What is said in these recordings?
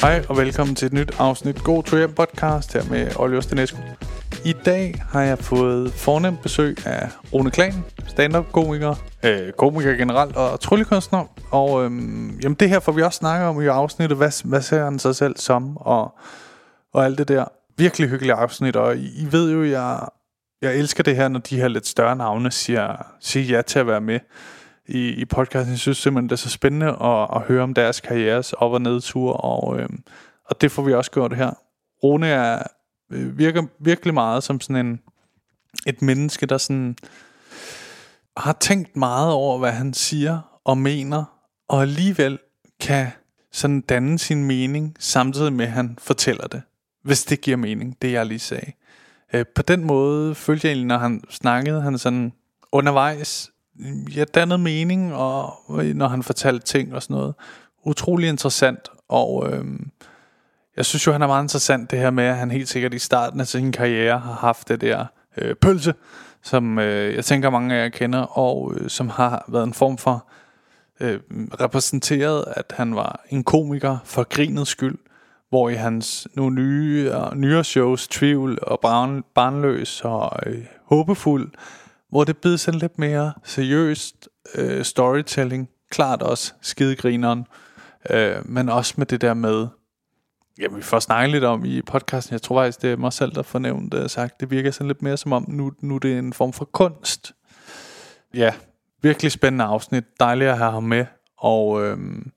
Hej og velkommen til et nyt afsnit God To Hjem podcast her med Oliver Stenescu. I dag har jeg fået fornemt besøg af Rune Klan, stand-up-komiker, komiker generelt og tryllekunstner. Og jamen det her får vi også snakke om i afsnittet, hvad ser han sig selv som og alt det der. Virkelig hyggelige afsnit, og I ved jo, jeg elsker det her, når de her lidt større navne siger ja til at være med i podcasten. Jeg synes simpelthen, det er så spændende at høre om deres karrieres op- og nedtur, og det får vi også gjort her. Rune virker virkelig meget som sådan et menneske, der sådan har tænkt meget over, hvad han siger og mener, og alligevel kan sådan danne sin mening, samtidig med, at han fortæller det, hvis det giver mening, det jeg lige sagde. På den måde følte jeg egentlig, når han snakkede, han sådan undervejs, jeg dannede mening, og når han fortalte ting og sådan noget. Utrolig interessant, og jeg synes jo, han er meget interessant det her med, at han helt sikkert i starten af sin karriere har haft det der pølse, som jeg tænker mange af jer kender, og som har været en form for repræsenteret, at han var en komiker for grinets skyld, hvor i hans nogle nyere shows, Tvivl og Barnløs og Håbefuld, hvor det blev sådan lidt mere seriøst storytelling, klart også skidegrineren, men også med det der med, vi får snakket lidt om i podcasten, jeg tror faktisk det er mig selv der fornævnt sagt, det virker sådan lidt mere som om nu det er en form for kunst. Ja, virkelig spændende afsnit, dejligt at have ham med, og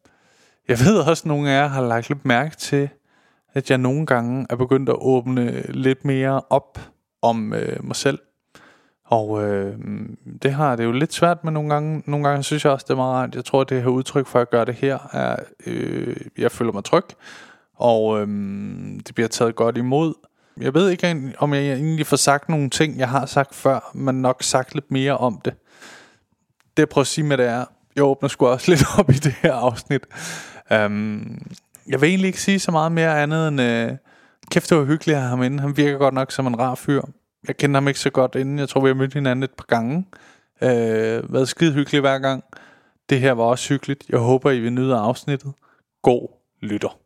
jeg ved også, at nogle af jer har lagt lidt mærke til, at jeg nogle gange er begyndt at åbne lidt mere op om mig selv. Og det har det jo lidt svært med nogle gange. Nogle gange synes jeg også, det er meget rart. Jeg tror, det her udtryk for at gøre det her er, jeg føler mig tryg. Og det bliver taget godt imod. Jeg ved ikke, om jeg egentlig får sagt nogle ting, jeg har sagt før, men nok sagt lidt mere om det. Det jeg prøver at sige med det er, jeg åbner sgu også lidt op i det her afsnit. Jeg vil egentlig ikke sige så meget mere andet end, kæft det var hyggeligt at have ham inde. Han virker godt nok som en rar fyr. Jeg kender ham ikke så godt inden. Jeg tror vi har mødt hinanden et par gange. Været skide hyggeligt hver gang. Det her var også hyggeligt. Jeg håber I vil nyde afsnittet. God lytter.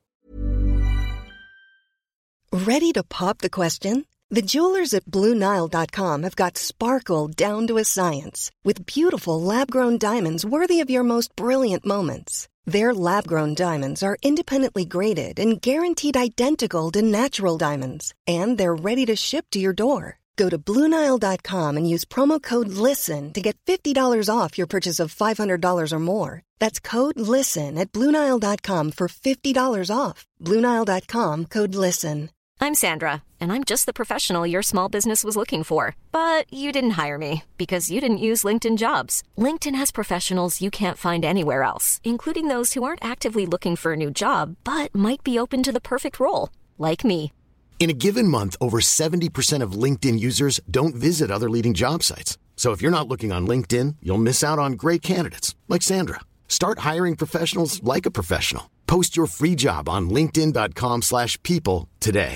Ready to pop the question? The jewelers at BlueNile.com have got sparkle down to a science with beautiful lab-grown diamonds worthy of your most brilliant moments. Their lab-grown diamonds are independently graded and guaranteed identical to natural diamonds, and they're ready to ship to your door. Go to BlueNile.com and use promo code LISTEN to get $50 off your purchase of $500 or more. That's code LISTEN at BlueNile.com for $50 off. BlueNile.com, code LISTEN. I'm Sandra, and I'm just the professional your small business was looking for. But you didn't hire me because you didn't use LinkedIn Jobs. LinkedIn has professionals you can't find anywhere else, including those who aren't actively looking for a new job, but might be open to the perfect role, like me. In a given month, over 70% of LinkedIn users don't visit other leading job sites. So if you're not looking on LinkedIn, you'll miss out on great candidates like Sandra. Start hiring professionals like a professional. Post your free job on linkedin.com/people today.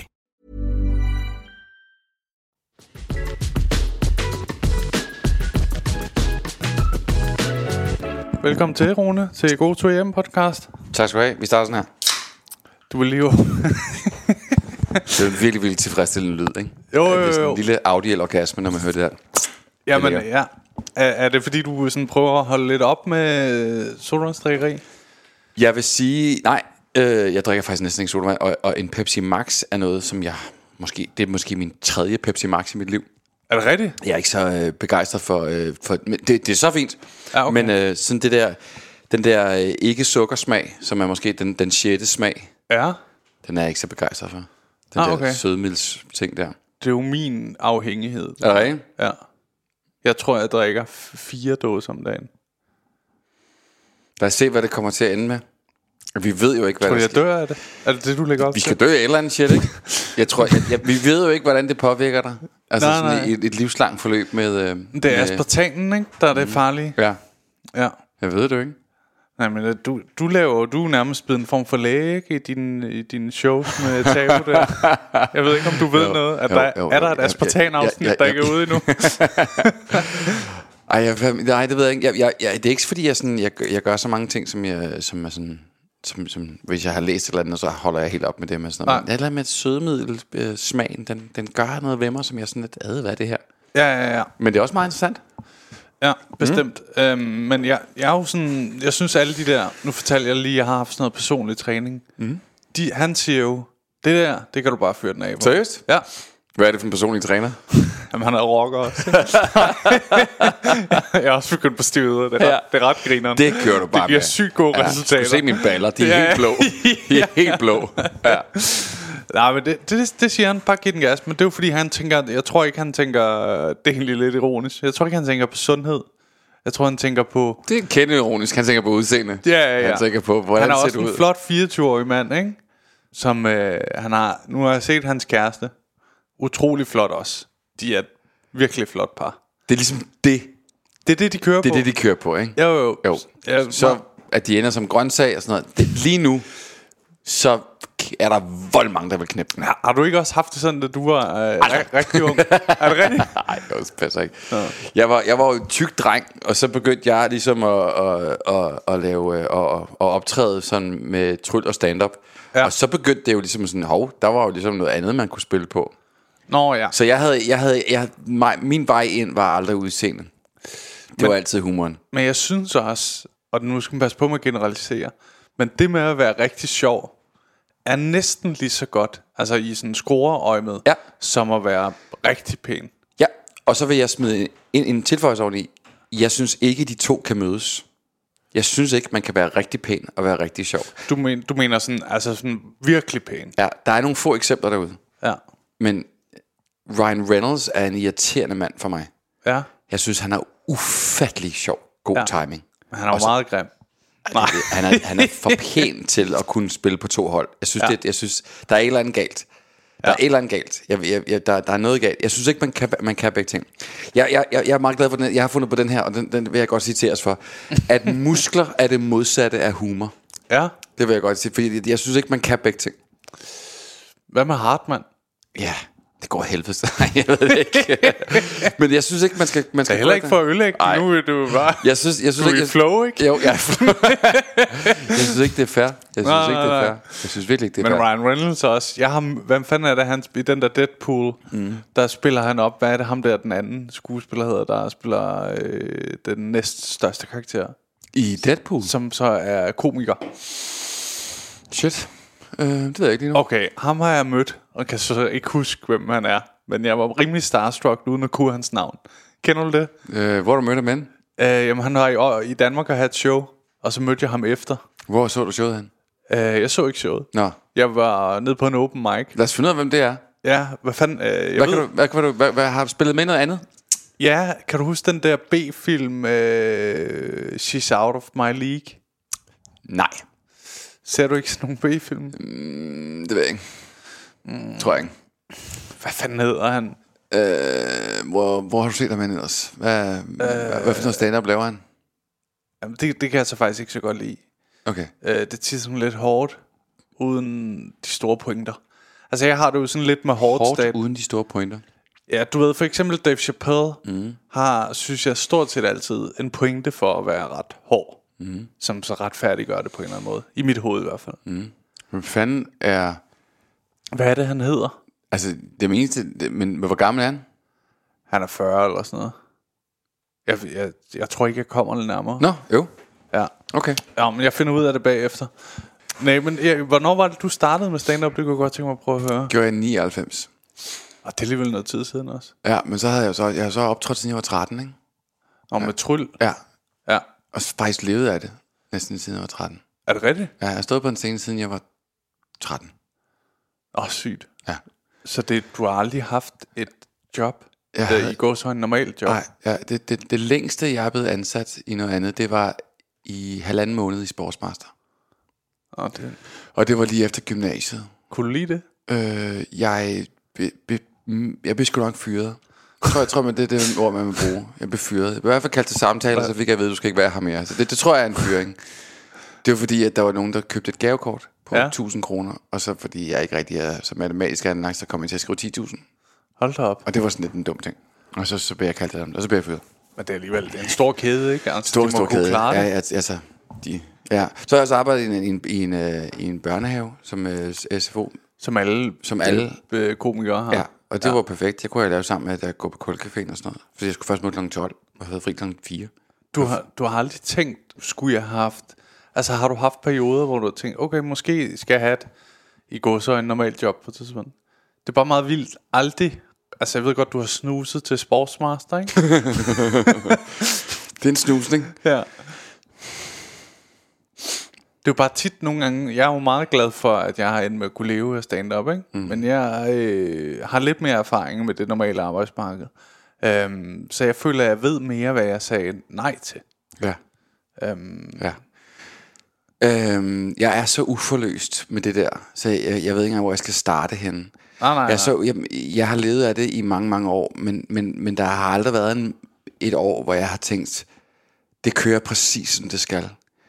Velkommen til, Rune, til God To Hjem podcast. Tak skal du have. Vi starter sådan her. Du vil lige Det er en virkelig, virkelig tilfredsstillende lyd, ikke? Jo. Det er sådan en lille audio-orgasme, når man hører det her. Jamen, ja. Er det fordi, du sådan prøver at holde lidt op med sodavandsdrikkeri? Jeg vil sige, nej. Jeg drikker faktisk næsten ikke sodavand, og en Pepsi Max er noget, som det er måske min 3. Pepsi Max i mit liv. Er det rigtigt? Jeg er ikke så begejstret for men det er så fint. Ja, okay. Men sådan den der ikke sukkersmag, som er måske den 6. smag, Ja. den er jeg ikke så begejstret for. Den der sødmils ting der. Det er jo min afhængighed. Er det rigtigt? Ja. Jeg tror, jeg drikker 4 dåser om dagen. Lad os se, hvad det kommer til at ende med. Vi ved jo ikke, hvad der sker. Tror du, jeg dør af det? Er det det, du lægger op til? Vi skal dø af et eller andet shit, ikke? Jeg tror, vi ved jo ikke, hvordan det påvirker dig. Altså nej. Sådan et livslangt forløb med... Det er aspartamen, ikke? Der er det farlige. Ja. Jeg ved det jo ikke. Nej, men du er nærmest blevet en form for læge, ikke? I dine shows med Tabu der. Jeg ved ikke, om du ved noget. Er der et aspartan-afsnit, der ikke er ude endnu? Nej, det ved jeg ikke. Det er ikke fordi jeg gør så mange ting, som er sådan, som hvis jeg har læst et eller andet, så holder jeg helt op med det med sådan noget. Men det er med sødemiddel smagen, den gør noget ved mig, som jeg sådan lidt, hvad er det her? Ja. Men det er også meget interessant. Ja, bestemt. Men jeg er jo sådan, jeg synes alle de der, nu fortalte jeg lige, jeg har haft sådan noget personlig træning. Han siger jo, det kan du bare fyre den af på. Seriøst? Ja. Hvad er det for en personlig træner? Jamen, han er rocker også. Jeg er også begyndt på stivet. Det er ret grineren. Det kører du bare med. Det giver sygt gode resultater. Du se mine baller, de er helt blå. De er helt blå. Ja. Nej, men det siger han, bare giv den gas. Men det er jo fordi han tænker, jeg tror ikke han tænker, det er egentlig lidt ironisk, jeg tror ikke han tænker på sundhed. Jeg tror han tænker på, det er kendt ironisk, han tænker på udseende. Ja. Han tænker på, hvordan han er ser også det ud. en flot 24-årig mand, ikke? Som han har, nu har jeg set hans kæreste. Utrolig flot også. De er et virkelig flot par. Det er ligesom det. Det er det de kører på. Det er det de kører på, ikke? Jo. Ja, så at de ender som grøntsag og sådan noget. Lige nu så er der vold mange der vil knæppe den. Har du ikke også haft det sådan, da du var rigtig ung? Er det rigtigt? Nej, det passer ikke. Jeg var jo en tyk dreng, og så begyndte jeg ligesom at lave og optræde sådan med tryl og stand-up. Ja. Og så begyndte det jo ligesom sådan, der var jo ligesom noget andet man kunne spille på. Nå ja. Så min vej ind var aldrig udseende. Det var altid humoren. Men jeg synes også, og nu skal man passe på med at generalisere, men det med at være rigtig sjov er næsten lige så godt, altså i sådan scoreøjemed, som at være rigtig pæn. Ja, og så vil jeg smide en tilføjelse oven i. Jeg synes ikke de to kan mødes. Jeg synes ikke man kan være rigtig pæn og være rigtig sjov. Du mener sådan, altså sådan virkelig pæn. Ja, der er nogle få eksempler derude. Ja. Men Ryan Reynolds er en irriterende mand for mig. Ja. Jeg synes han er ufattelig sjov. God timing. Men han er jo meget grim. Nej. Han er for pæn til at kunne spille på to hold. Jeg synes der er et eller andet galt. Der er et eller andet galt. Der er noget galt. Jeg synes ikke man kan begge ting. Jeg er meget glad for den. Jeg har fundet på den her, og den vil jeg godt citere os for. At muskler er det modsatte af humor. Ja. Det vil jeg godt sige, fordi jeg synes ikke man kan begge ting. Hvad med Hartmann? Ja. Det går helvede. Jeg ved det ikke. Men jeg synes ikke man skal det er heller ikke for at ødelægge. Nu er du bare. Jeg synes du ikke, er flow, ikke? Jo, jeg synes ikke det er fair. Jeg synes virkelig ikke det er fair. Men Ryan Reynolds også. Hvem fanden er det han i den der Deadpool? Der spiller han op. Hvad er det ham der den anden skuespiller hedder, der spiller den næststørste karakter i Deadpool, som så er komiker. Shit. Det ved jeg ikke lige nu. Okay, ham har jeg mødt, og kan så ikke huske, hvem han er. Men jeg var rimelig starstruck, uden at kunne hans navn. Kender du det? Hvor har du mødt ham hen? Jamen, han var i Danmark og havde et show, og så mødte jeg ham efter. Hvor så du showet hen? Jeg så ikke showet. Nå. Jeg var nede på en open mic. Lad os finde ud af, hvem det er. Ja, hvad fanden? Hvad har du spillet med noget andet? Ja, kan du huske den der B-film, She's Out of My League? Nej. Ser du ikke sådan nogle B-film? Det ved jeg ikke. Tror jeg ikke. Hvad fanden hedder han? Hvor har du set ham hen ellers? Hvad for noget stand-up laver han? Jamen, det kan jeg så faktisk ikke så godt lide. Okay. Det er tit sådan lidt hårdt, uden de store pointer. Altså jeg har det jo sådan lidt med hårdt uden de store pointer. Ja, du ved for eksempel Dave Chappelle har, synes jeg, stort set altid en pointe for at være ret hård. Som så retfærdiggør det på en eller anden måde. I mit hoved i hvert fald. Hvad fanden er... Hvad er det han hedder? Altså det eneste, men hvor gammel er han? Han er 40 eller sådan noget. Jeg tror ikke jeg kommer lidt nærmere. Nå, jo. Ja. Okay. Ja, men jeg finder ud af det bagefter. Nej, men hvornår var det du startede med stand-up? Det kunne jeg godt tænke mig at prøve at høre. Gjorde jeg 99. Og det er alligevel noget tid siden også. Ja, men så havde jeg har så optrådt siden jeg var 13, ikke? Og med tryl. Ja. Ja. Og faktisk levet af det næsten siden jeg var 13. Er det rigtigt? Ja, jeg har stået på en scene siden jeg var 13. Sygt. Ja. Så du har aldrig haft et job? I går så en normal job? Nej, ja, det længste jeg er blevet ansat i noget andet, det var i 1,5 måned i Sportsmaster. Og det var lige efter gymnasiet. Kunne du lide det? Jeg blev sgu nok fyret. Jeg tror, men det er det ord, man vil bruge. Jeg blev fyret. Jeg blev i hvert fald kaldt til samtaler, så fik jeg at vide, at du skal ikke være her mere. Så det tror jeg er en fyring. Det var fordi, at der var nogen, der købte et gavekort på 1.000 kroner. Og så fordi jeg ikke rigtig er så matematisk anlagt, så kom jeg til at skrive 10.000. Hold da op. Og det var sådan lidt en dum ting. Og så blev jeg kaldt til dem, og så blev jeg fyret. Men det er alligevel en stor kæde, ikke? Altså, stor kæde. Ja, altså, Ja, så har jeg også arbejdet i en børnehave som SFO. Som alle komikere har. Ja, og det var perfekt. Jeg kunne have lavet sammen med at gå på Kulcaféen og sådan noget. Fordi jeg skulle først møde kl. 12 og havde fri kl. 4. Du har aldrig tænkt, skulle jeg have haft... Altså har du haft perioder, hvor du har tænkt, okay, måske skal jeg have i gåseøjne normalt job på tidspunkt. Det er bare meget vildt. Aldrig... Altså jeg ved godt, du har snuset til Sportsmaster, ikke? Det er en snusning. Ja. Det er jo bare tit nogle gange. Jeg er jo meget glad for, at jeg har endt med at kunne leve af stand-up, ikke? Men jeg har lidt mere erfaring med det normale arbejdsmarked. Så jeg føler, at jeg ved mere, hvad jeg sagde nej til. Ja. Ja. Jeg er så uforløst med det der. Så jeg ved ikke engang, hvor jeg skal starte henne. Nej. Jeg har levet af det i mange, mange år. Men der har aldrig været et år, hvor jeg har tænkt, det kører præcis som det skal.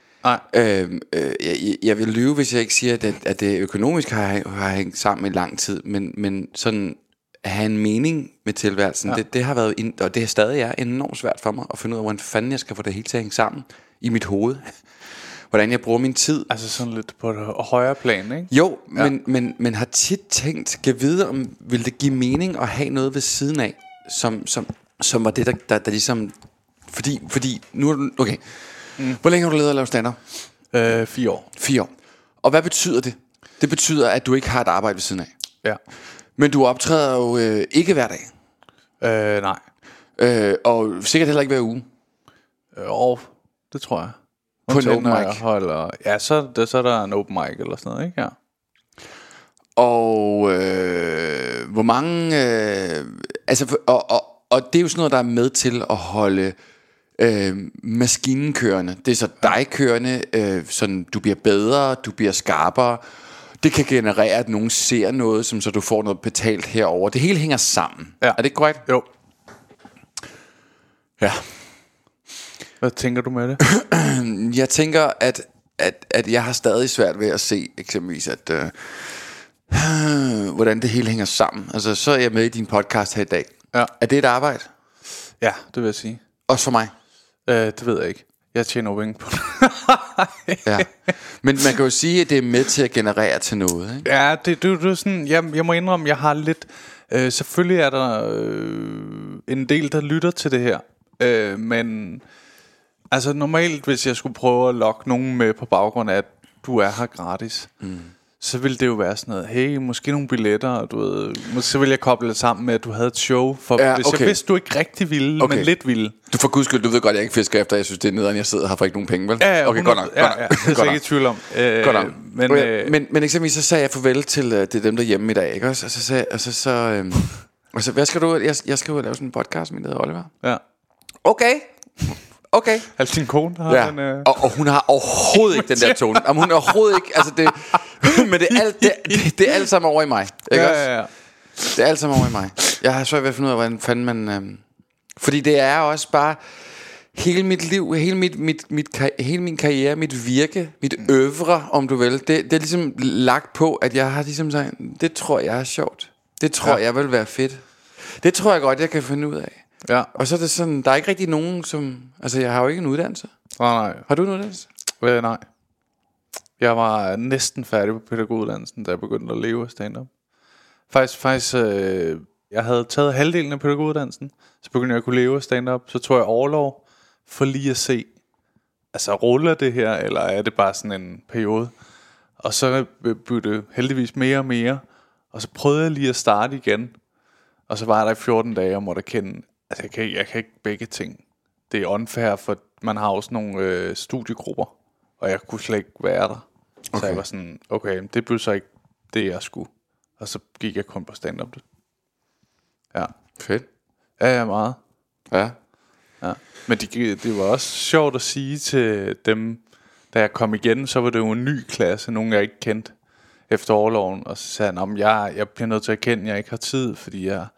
Jeg vil lyve, hvis jeg ikke siger, at det økonomisk har hængt sammen i lang tid, men sådan at have en mening med tilværelsen, det har været, og det er stadig enormt svært for mig at finde ud af, hvordan fanden jeg skal få det hele til at hænge sammen i mit hoved. Hvordan jeg bruger min tid. Altså sådan lidt på et højere plan, ikke? Jo, men har tit tænkt, kan vide om, vil det give mening at have noget ved siden af, som var det, der ligesom, fordi nu er du, okay. Hvor længe har du levet at lave stand-up? 4 år. 4 år. Og hvad betyder det? Det betyder, at du ikke har et arbejde ved siden af. Ja. Men du optræder jo ikke hver dag. Nej. Og sikkert heller ikke hver uge. Det tror jeg. På en open mic. Ja, så er der en open mic eller sådan noget, ikke? Ja. Og hvor mange... og det er jo sådan noget, der er med til at holde... maskinen kørende. Det er så dig kørende, sådan du bliver bedre, du bliver skarpere. Det kan generere, at nogen ser noget, som så du får noget betalt herover. Det hele hænger sammen. Ja. Er det ikke korrekt? Jo. Ja. Hvad tænker du med det? Jeg tænker, at jeg har stadig svært ved at se eksempelvis, at hvordan det hele hænger sammen. Altså, så er jeg med i din podcast her i dag. Ja. Er det et arbejde? Ja, det vil jeg sige. Også for mig? Det ved jeg ikke. Jeg tjener jo penge på det. Ja. Men man kan jo sige, at det er med til at generere til noget, ikke? Ja, det er sådan. Jeg må indrømme, jeg har lidt. Selvfølgelig er der en del, der lytter til det her. Men altså normalt, hvis jeg skulle prøve at lokke nogen med på baggrund af, at du er her gratis, så ville det jo være sådan noget, hey, måske nogle billetter, og du ved, så ville jeg koble det sammen med, at du havde et show. For ja, hvis jeg vidste, du ikke rigtig ville, men lidt ville. Du for guds skyld, du ved godt, jeg ikke fisker efter, jeg synes, det er nederen, jeg sidder her for ikke nogen penge, vel? Ja, okay, godt nok. Det er jeg ikke i tvivl om. Men eksempelvis, så sagde jeg farvel til dem derhjemme i dag, ikke også? Og så hvad skal du, jeg skal jo lave sådan en podcast, min hedder Oliver. Ja. Okay. Altså din kone har ja. Og hun har overhovedet ikke den der tone. Jamen, hun er overhovedet ikke, altså det, men det er alt sammen over i mig, ikke også? Ja. Det er alt sammen over i mig. Jeg har svært ved at finde ud af, hvordan fanden man... fordi det er også bare hele mit liv, hele min karriere, mit virke, mit øvre, om du vil. Det er ligesom lagt på, at jeg har ligesom sagt, det tror jeg er sjovt. Det tror jeg vil være fedt. Det tror jeg godt, jeg kan finde ud af. Ja. Og så er det sådan, der er ikke rigtig nogen, som... Altså, jeg har jo ikke en uddannelse. Nej. Har du en uddannelse? Nej. Jeg var næsten færdig på pædagoguddannelsen, da jeg begyndte at leve af stand-up. Faktisk jeg havde taget halvdelen af pædagoguddannelsen, så begyndte jeg at kunne leve af stand-up. Så tog jeg overlov for lige at se, altså ruller det her, eller er det bare sådan en periode? Og så blev det heldigvis mere og mere, og så prøvede jeg lige at starte igen. Og så var jeg der i 14 dage og måtte erkende, altså jeg kan ikke begge ting. Det er unfair, for man har også nogle studiegrupper, og jeg kunne slet ikke være der. Okay. Så jeg var sådan, okay, det blev så ikke det, jeg skulle. Og så gik jeg kun på stand-up. Ja. Fedt. Ja, meget. Ja. Men det var også sjovt at sige til dem, da jeg kom igen, så var det jo en ny klasse, nogen jeg ikke kendte efter orloven. Og så sagde han, jeg bliver nødt til at erkende, at jeg ikke har tid, fordi jeg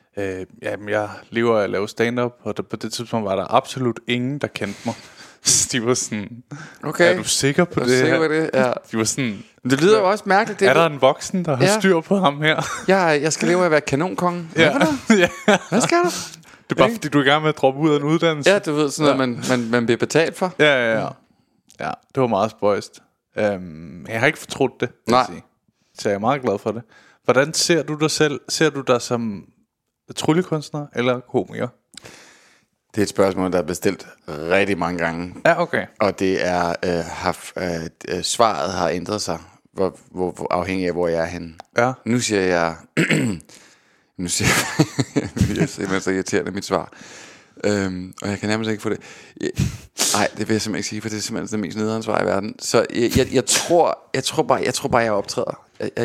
lever af at lave stand-up. Og på det tidspunkt var der absolut ingen, der kendte mig. Så de var sådan, okay. Er du sikker på det her? Det? Ja. De var sådan, det lyder jo også mærkeligt. Er der en voksen, der har styr på ham her? Jeg skal leve af at være kanonkonge. Ja. Hvad skal du? Det er bare fordi, du er i gang med at droppe ud af en uddannelse. Ja, du ved sådan noget, man bliver betalt for. Ja. Ja, det var meget spøjst. Jeg har ikke fortrudt det, vil jeg sige. Så jeg er meget glad for det. Hvordan ser du dig selv? Ser du dig som tryllekunstner eller komiker? Det er et spørgsmål, der er bestilt rigtig mange gange. Ja, okay. Og det er svaret har ændret sig, hvor afhængig af hvor jeg er henne. Ja. Nu siger jeg det er simpelthen så irriterende mit svar. Og jeg kan nærmest ikke få det. Nej, det vil jeg simpelthen ikke sige, for det er simpelthen det mest nederen svar i verden. Så jeg tror bare jeg optræder.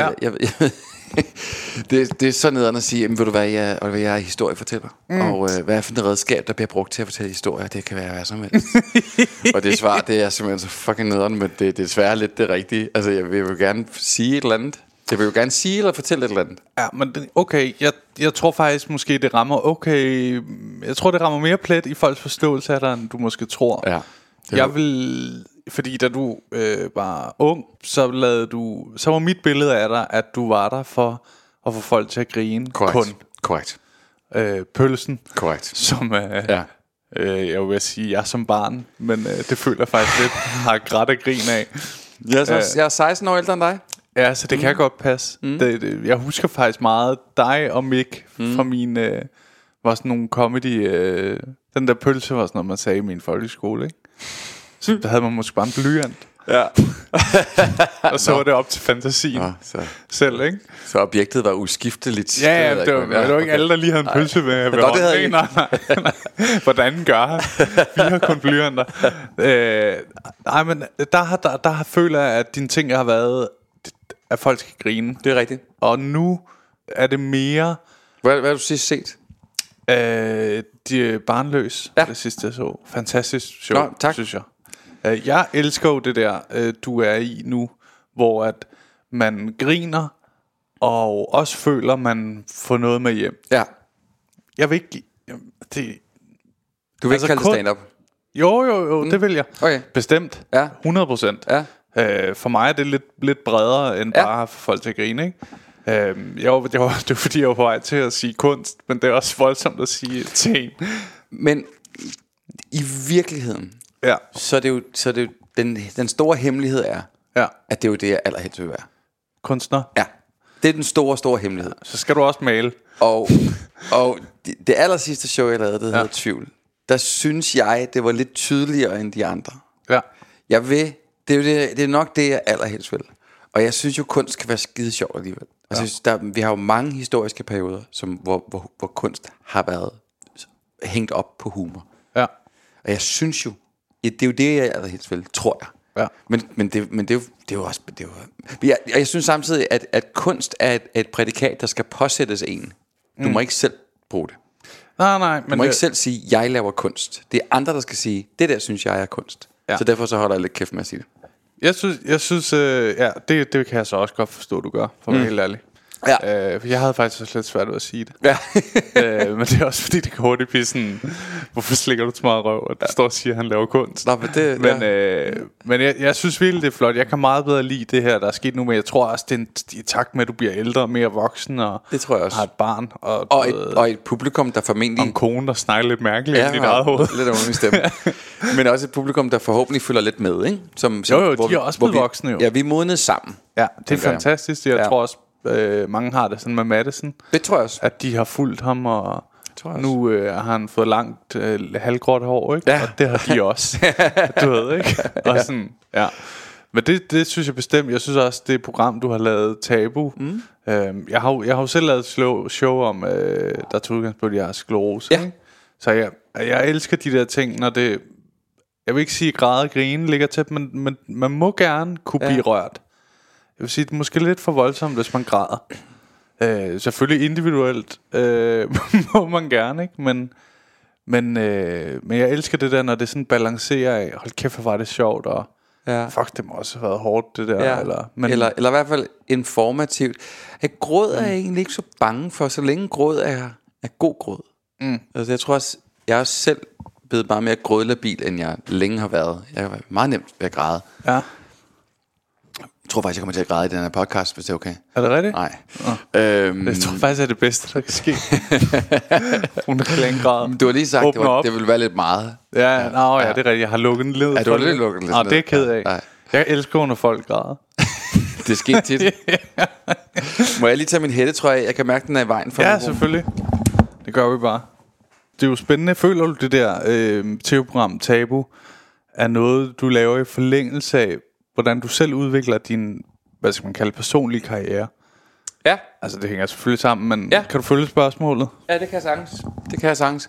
Det er så nederen at sige, jamen, ved du hvad, jeg er historiefortæller. Og hvad er for et redskab, der bliver brugt til at fortælle historier? Det kan være hvad som helst. Og det svar, det er simpelthen så fucking nederen, men det er desværre lidt det rigtige. Altså, jeg vil jo gerne sige et eller andet. Jeg vil jo gerne sige eller fortælle et eller andet. Ja, men okay, jeg tror faktisk måske det rammer okay. Jeg tror det rammer mere plet i folks forståelse af dig, end du måske tror. Ja. Fordi da du var ung, så var mit billede af dig, at du var der for at få folk til at grine. Korrekt. Pølsen. Korrekt. Som jeg vil sige, jeg som barn, men det føler jeg faktisk lidt har grædt af grin af. Jeg er 16 år ældre end dig. Ja, så det kan godt passe. Jeg husker faktisk meget dig og Mick fra min var sådan nogle comedy. Den der pølse var sådan noget man sagde i min folkeskole, ikke? Så der havde man måske bare en blyant. Ja. Og så var det op til fantasien selv, ikke? Så objektet var uskifteligt. Ja, det var jo ikke alle, der lige havde en pølse med. Nej. Hvordan gør han? Vi har kun blyanter. Nej, men der føler jeg, at dine ting har været, at folk skal grine. Det er rigtigt. Og nu er det mere... Hvad har du sidst set? De er barnløs. Det sidste jeg så. Fantastisk show. Tak. Synes jeg. Jeg elsker jo det der du er i nu, hvor at man griner og også føler man får noget med hjem. Ja. Jeg vil ikke Du vil ikke kalde det stand-up? Jo, det vil jeg. Okay. Bestemt. Ja. 100%. Ja. For mig er det lidt bredere end bare at få folk til at grine, ikke? Det var fordi jeg var på vej til at sige kunst, men det er også voldsomt at sige ting. Men i virkeligheden, så er det jo den store hemmelighed er, at det er jo det jeg allerhelst vil være. Kunstner? Ja. Det er den store hemmelighed. Så skal du også male. Og det aller sidste show jeg lavede, det hedder Tvivl. Der synes jeg det var lidt tydeligere end de andre. Ja. Det er nok det jeg allerhelst vil. Og jeg synes jo kunst kan være skide sjovt alligevel. Og jeg synes, vi har jo mange historiske perioder hvor kunst har været hængt op på humor. Ja. Og jeg synes jo, det er jo det jeg allerhelst vil, tror jeg. Ja. Men det er jo også jeg synes samtidig at kunst er et prædikat der skal påsættes en. Du må ikke selv bruge det. Nej, men du må ikke selv sige jeg laver kunst. Det er andre der skal sige det der synes jeg er kunst. Så derfor så holder jeg lidt kæft med at sige det. Jeg synes det kan jeg så også godt forstå du gør, for at være helt ærlig. Ja. Jeg havde faktisk også lidt svært ved at sige det. Ja. Men det er også fordi det kan hurtigt blive sådan, hvorfor slikker du så meget røv? Og du står og siger at han laver kunst. Nå, men jeg synes virkelig det er flot. Jeg kan meget bedre lide det her der er sket nu. Men jeg tror også det er i takt med at du bliver ældre og mere voksen og det tror jeg også. har et barn og et publikum der formentlig og en kone der snakker lidt mærkeligt i dit eget hoved. Lidt under min stemme. Men også et publikum der forhåbentlig følger lidt med, ikke? Jo, de er også blevet voksne jo. Ja, vi er modnet sammen. Ja, det er fantastisk. Jeg tror også mange har det sådan med Madison. Det tror jeg også. At de har fulgt ham og nu har han fået langt halvgråt hår, ikke? Og det har de også. Du ved, ikke? Og sådan, men det synes jeg bestemt. Jeg synes også det program du har lavet Tabu. Jeg har jo selv lavet et show om der tog udgangspunkt jeg har sklerose, ikke? Så jeg elsker de der ting når det. Jeg vil ikke sige græde og grine ligger tæt, men man må gerne kunne blive rørt. Jeg vil sige, det er måske lidt for voldsomt, hvis man græder. Selvfølgelig individuelt må man gerne, ikke? Men jeg elsker det der, når det sådan balancerer af, hold kæft, hvor var det sjovt, og fuck, det må også have været hårdt, det der. Eller i hvert fald informativt. Gråd er jeg egentlig ikke så bange for, så længe gråd er god gråd. Altså, jeg tror også, jeg er selv blevet bare mere grådlabil, end jeg længe har været. Jeg har været meget nemt ved at græde. Ja. Jeg tror faktisk, jeg kommer til at græde i den her podcast, hvis det er okay. Er det rigtigt? Nej. Jeg tror faktisk, er det bedste, der kan ske. Hun er klænggrad. Du har lige sagt, det ville være lidt meget. Ja, det er rigtigt. Jeg har lukket den lidt. Ja, du har lidt lukket den lidt. Det er jeg ked af. Nej. Jeg elsker, når folk græder. Det sker tit. Må jeg lige tage min hættetrøje? Jeg kan mærke, den er i vejen for mig. Ja, selvfølgelig. Det gør vi bare. Det er jo spændende. Føler du det der tv-program Tabu er noget, du laver i forlængelse af, hvordan du selv udvikler din, hvad skal man kalde, personlige karriere? Ja. Altså det hænger selvfølgelig sammen, men kan du følge spørgsmålet? Ja, det kan jeg sagtens.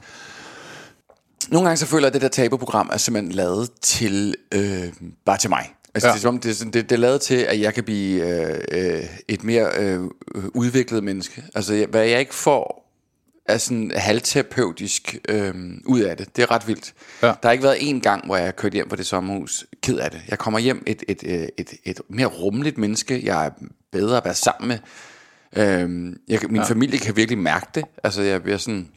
Nogle gange så føler jeg, at det der Tabu-program er simpelthen lavet til bare til mig. Altså det er lavet til, at jeg kan blive et mere udviklet menneske. Altså hvad jeg ikke får er sådan halvterapeutisk ud af det. Det er ret vildt. Ja. Der har ikke været én gang, hvor jeg har kørt hjem fra det sommerhus ked af det. Jeg kommer hjem et mere rummeligt menneske. Jeg er bedre at være sammen med. Min familie kan virkelig mærke det. Altså jeg bliver sådan...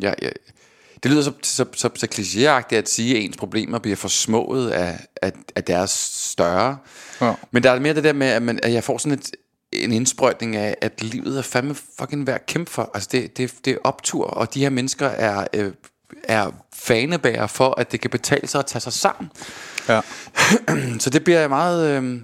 Det lyder så klichéagtigt at sige, at ens problemer bliver forsmået af deres større. Ja. Men der er mere det der med, at jeg får sådan en indsprøjtning af, at livet er fandme fucking værd at kæmpe for. Altså det er optur, og de her mennesker er fanebærer for, at det kan betale sig at tage sig sammen. Ja. Så det bliver jeg meget...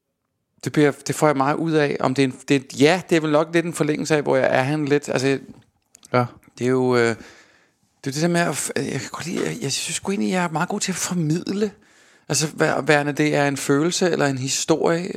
Det får jeg meget ud af. Om det er vel nok lidt en forlængelse af, hvor jeg er hen lidt. Altså, det er jo... det er det der med at, jeg synes sgu egentlig, jeg er meget god til at formidle. Altså værende det er en følelse eller en historie,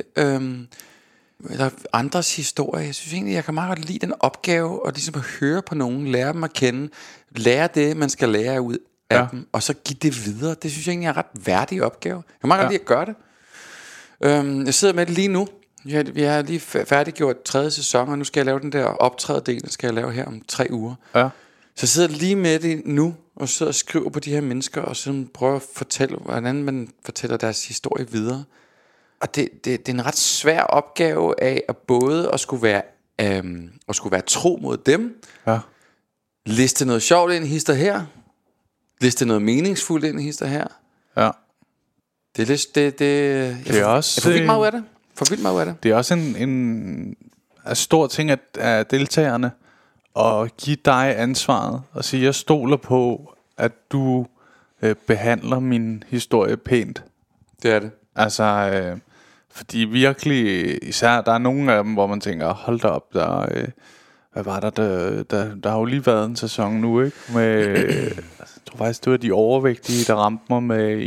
eller andres historie. Jeg synes egentlig, jeg kan meget godt lide den opgave, og ligesom at høre på nogen, lære dem at kende, lære det, man skal lære ud af dem, og så give det videre. Det synes jeg egentlig er en ret værdig opgave. Jeg kan meget godt lide at gøre det. Jeg sidder med det lige nu. Vi har lige færdiggjort 3. sæson, og nu skal jeg lave den der optrædedel, skal jeg lave her om 3 uger. Ja. Så jeg sidder lige med det nu, og sidder og skriver på de her mennesker, og så prøver at fortælle, hvordan man fortæller deres historie videre. Og det er en ret svær opgave af at både at skulle være tro mod dem, liste noget sjovt ind i hister her, liste noget meningsfuldt ind i hister her. Ja. Det er også... Jeg får vildt meget ud af det. Det er også en stor ting af deltagerne, og give dig ansvaret og sige, jeg stoler på, at du behandler min historie pænt. Det er det. Altså, fordi virkelig, især der er nogle af dem, hvor man tænker, hold da op, hvad var der har jo lige været en sæson nu, ikke? Med, jeg tror faktisk, det var de overvægtige, der ramte mig med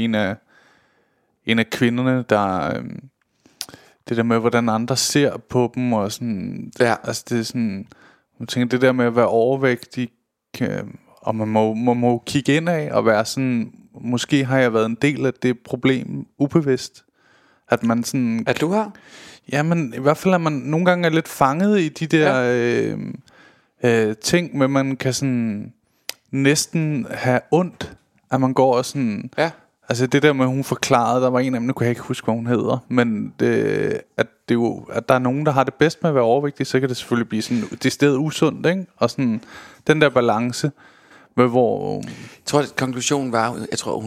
en af kvinderne, der... det der med, hvordan andre ser på dem, og sådan... Altså, det er sådan... Jeg tænker, det der med at være overvægtig, og man må kigge ind af og være sådan, måske har jeg været en del af det problem ubevidst. At man sådan... At du har? Ja, men i hvert fald er man nogle gange lidt fanget i de der ting, men man kan sådan næsten have ondt, at man går og sådan... Ja. Altså det der med, hun forklarede, der var en af dem, nu kunne jeg ikke huske, hvad hun hedder, men at der er nogen, der har det bedst med at være overvægtig, så kan det selvfølgelig blive sådan, det sted usundt, ikke? Og sådan, den der balance, med hvor... Jeg tror, at konklusionen var, jeg tror,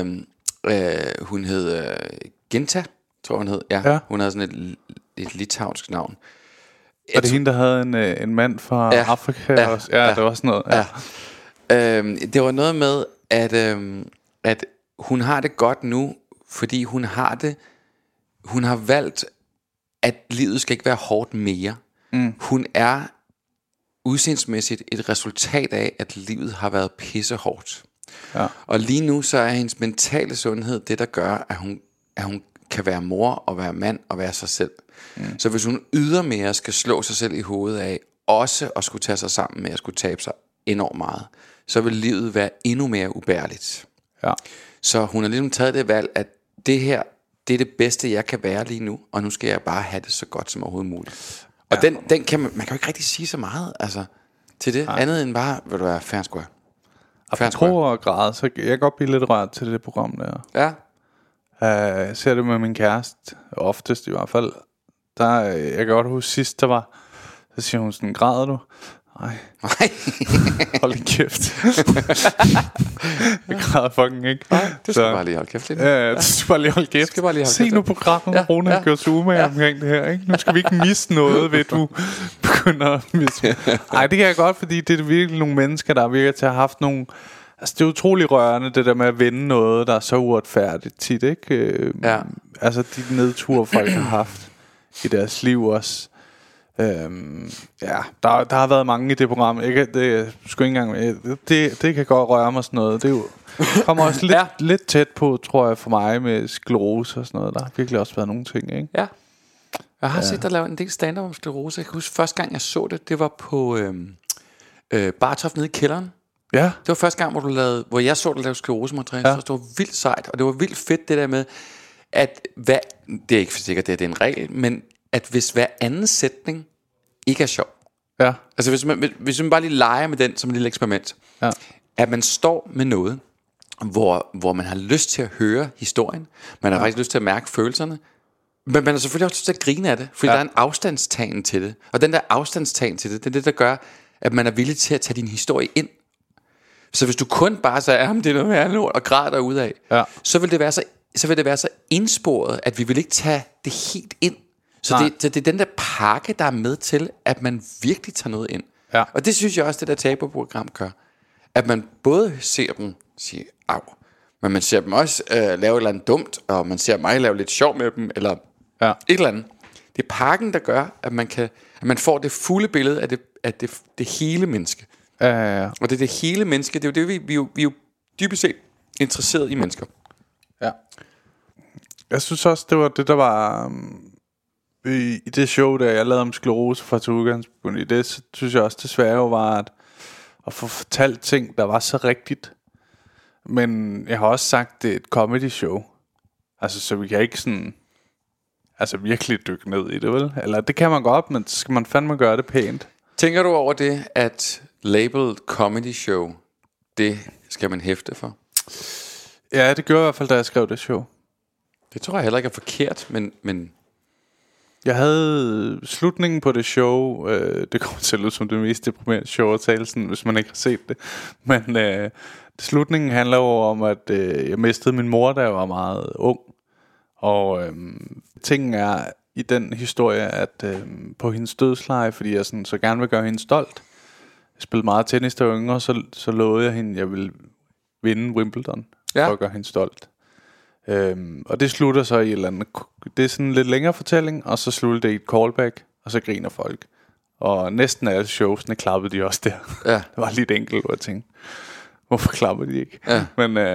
hun hed Genta, tror hun hed, ja. Hun havde sådan et litauisk navn. Og det er hende, der havde en mand fra Afrika også? Ja, det var sådan noget. Ja. Det var noget med, at hun har det godt nu, fordi hun har valgt, at livet skal ikke være hårdt mere. Hun er udseendsmæssigt et resultat af, at livet har været pissehårdt. Ja. Og lige nu så er hendes mentale sundhed det, der gør, at hun kan være mor og være mand og være sig selv. Så hvis hun ydermere skal slå sig selv i hovedet af, også at skulle tage sig sammen med at skulle tabe sig enormt meget, så vil livet være endnu mere ubærligt. Ja. Så hun har ligesom taget det valg, at det her, det er det bedste, jeg kan være lige nu, og nu skal jeg bare have det så godt som overhovedet muligt. Og den kan man kan jo ikke rigtig sige så meget, altså, til det, andet end bare, vil du være fair square. Jeg tror at græde, så jeg kan godt blive lidt rørt til det program der. Ja. Jeg ser det med min kæreste, oftest i hvert fald. Jeg kan godt huske sidst, så siger hun sådan, græder du? Nej. Nej. Hold din kæft. Jeg græder fucking ikke. Nej, det skal bare lige holde kæft lidt. Ja, det skal bare lige holde kæft. Se nu programmet, ja, Rune har gjort sig umage omkring det her, ikke? Nu skal vi ikke miste noget, ved du begynder at miste. Ej, det kan jeg godt, fordi det er virkelig nogle mennesker, der virker til at have haft nogle... Altså, det er utrolig rørende, det der med at vinde noget, der er så uretfærdigt tit, ikke? Ja. Altså, de nedture, folk har haft i deres liv også. Ja, der har været mange i det program. Det sgu ikke engang. Det kan godt røre mig sådan noget. Det er jo, kommer også lidt tæt på, tror jeg, for mig med sklerose og sådan noget. Der har virkelig også været nogle ting, ikke? Ja. Jeg har set dig lave en del stand-up om sklerose. Jeg kan huske første gang jeg så det var på Bartof nede i kælderen. Ja. Det var første gang hvor jeg så dig lave sklerosemateriale. Så det var vildt sejt. Og det var vildt fedt det der med at det er ikke sikkert det er en regel, men at hvis hver anden sætning ikke er sjov. Ja. Altså hvis man bare lige leger med den som et lille eksperiment. Ja. At man står med noget, hvor man har lyst til at høre historien. Man har faktisk lyst til at mærke følelserne. Men man har selvfølgelig også lyst til at grine af det, fordi der er en afstandstagen til det. Og den der afstandstagen til det er det, der gør, at man er villig til at tage din historie ind. Så hvis du kun bare siger, det er noget værre lort, og græder derudad, så vil det være så indsporet, at vi vil ikke tage det helt ind. Så det er den der pakke, der er med til, at man virkelig tager noget ind. Ja. Og det synes jeg også, det der tabu-program gør. At man både ser dem sige, au, men man ser dem også lave et eller andet dumt, og man ser mig lave lidt sjov med dem, eller et eller andet. Det er pakken, der gør, at man får det fulde billede af det hele menneske. Ja. Og det er det hele menneske. Det er jo det, vi er jo dybest set interesseret i mennesker. Ja. Jeg synes også, det var det, der var i det show, der jeg lavede om sklerose fra til udgangspunkt. I det synes jeg også, det svære var at få fortalt ting, der var så rigtigt. Men jeg har også sagt, det er et comedy show. Altså, så vi kan ikke sådan... Altså, virkelig dykke ned i det, vel? Eller det kan man godt, men så skal man fandme gøre det pænt. Tænker du over det, at labeled comedy show, det skal man hæfte for? Ja, det gjorde jeg i hvert fald, da jeg skrev det show. Det tror jeg heller ikke er forkert, men... Jeg havde slutningen på det show, det kommer til at lyde som det mest deprimerende show at tale sådan, hvis man ikke har set det. Men slutningen handler jo om, at jeg mistede min mor, da jeg var meget ung. Og tingen er i den historie, at på hendes dødsleje, fordi jeg sådan, så gerne vil gøre hende stolt. Jeg spillede meget tennis, da jeg var yngre, så lovede jeg hende, at jeg ville vinde Wimbledon for at gøre hende stolt. Og det slutter så i et eller andet. Det er sådan en lidt længere fortælling, og så slutter det i et callback, og så griner folk. Og næsten alle showsene klappede de også der. Ja. Det var lidt enkelt, hvor jeg tænkte, hvorfor klapper de ikke? Ja.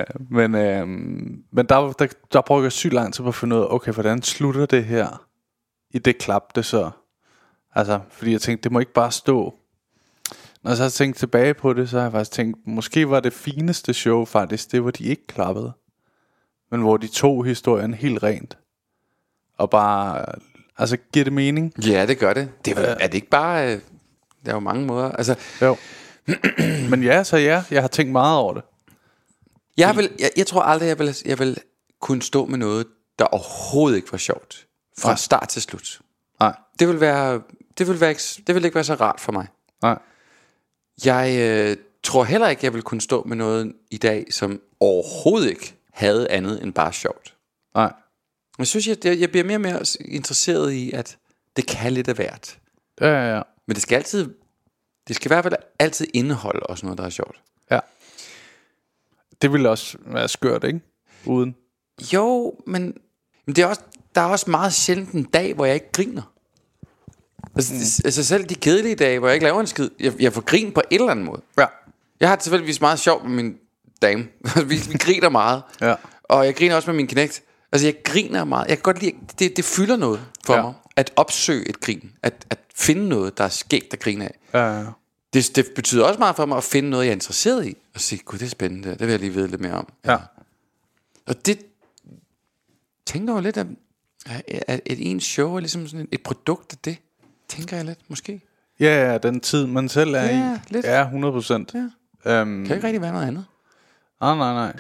Men der brugte jeg sygt lang tid på at finde ud af, okay, hvordan slutter det her i det klap, det så? Altså, fordi jeg tænkte, det må ikke bare stå. Når jeg så har tænkt tilbage på det, så har jeg faktisk tænkt, måske var det fineste show faktisk, det hvor de ikke klappede. Men hvor de tog historien helt rent. Og bare, altså, giver det mening? Ja, det gør det. Er det ikke bare, der er jo mange måder, altså... Jo. Men jeg har tænkt meget over det. Jeg tror aldrig, jeg vil kunne stå med noget, der overhovedet ikke var sjovt. Fra start til slut. Nej. Det vil ikke være så rart for mig. Nej. Jeg tror heller ikke, jeg vil kunne stå med noget i dag, som overhovedet ikke havde andet end bare sjovt. Nej. Jeg synes, jeg bliver mere og mere interesseret i, at det kan lidt af hvert. Ja. Men det skal i hvert fald altid indeholde også noget, der er sjovt. Ja. Det ville også være skørt, ikke? Uden. Jo, men det er også, der er også meget sjældent en dag, hvor jeg ikke griner. Altså selv de kedelige dage, hvor jeg ikke laver en skid, jeg får grin på et eller andet måde. Ja. Jeg har tilfældigvis meget sjov med min dame. vi griner meget. Ja. Og jeg griner også med min knægt. Altså jeg griner meget. Jeg kan godt lide, det fylder noget for mig. At opsøge et grin. At finde noget, der er skægt at grine af. Ja. Det betyder også meget for mig at finde noget, jeg er interesseret i. Og sige, gud, det er spændende. Det vil jeg lige vide lidt mere om. Ja. Og det tænker jeg lidt, at ens show er ligesom sådan et produkt af det. Tænker jeg lidt, måske. Ja, den tid, man selv er i. Lidt. Ja, 100%. Ja. Kan ikke rigtig være noget andet. Nej.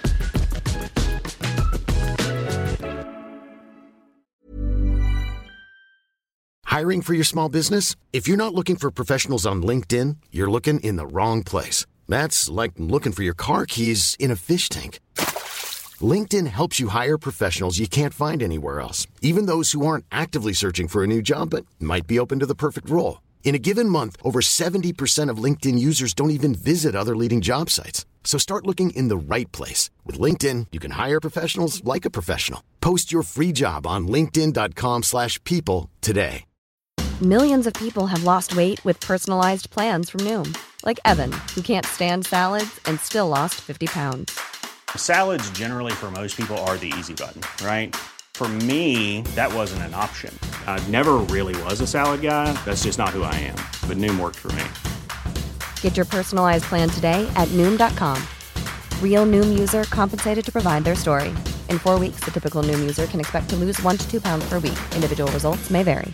Hiring for your small business? If you're not looking for professionals on LinkedIn, you're looking in the wrong place. That's like looking for your car keys in a fish tank. LinkedIn helps you hire professionals you can't find anywhere else, even those who aren't actively searching for a new job but might be open to the perfect role. In a given month, over 70% of LinkedIn users don't even visit other leading job sites. So start looking in the right place. With LinkedIn, you can hire professionals like a professional. Post your free job on linkedin.com/people today. Millions of people have lost weight with personalized plans from Noom. Like Evan, who can't stand salads and still lost 50 pounds. Salads generally for most people are the easy button, right? For me, that wasn't an option. I never really was a salad guy. That's just not who I am. But Noom worked for me. Get your personalized plan today at Noom.com. Real Noom user compensated to provide their story. In 4 weeks, the typical Noom user can expect to lose 1 to 2 pounds per week. Individual results may vary.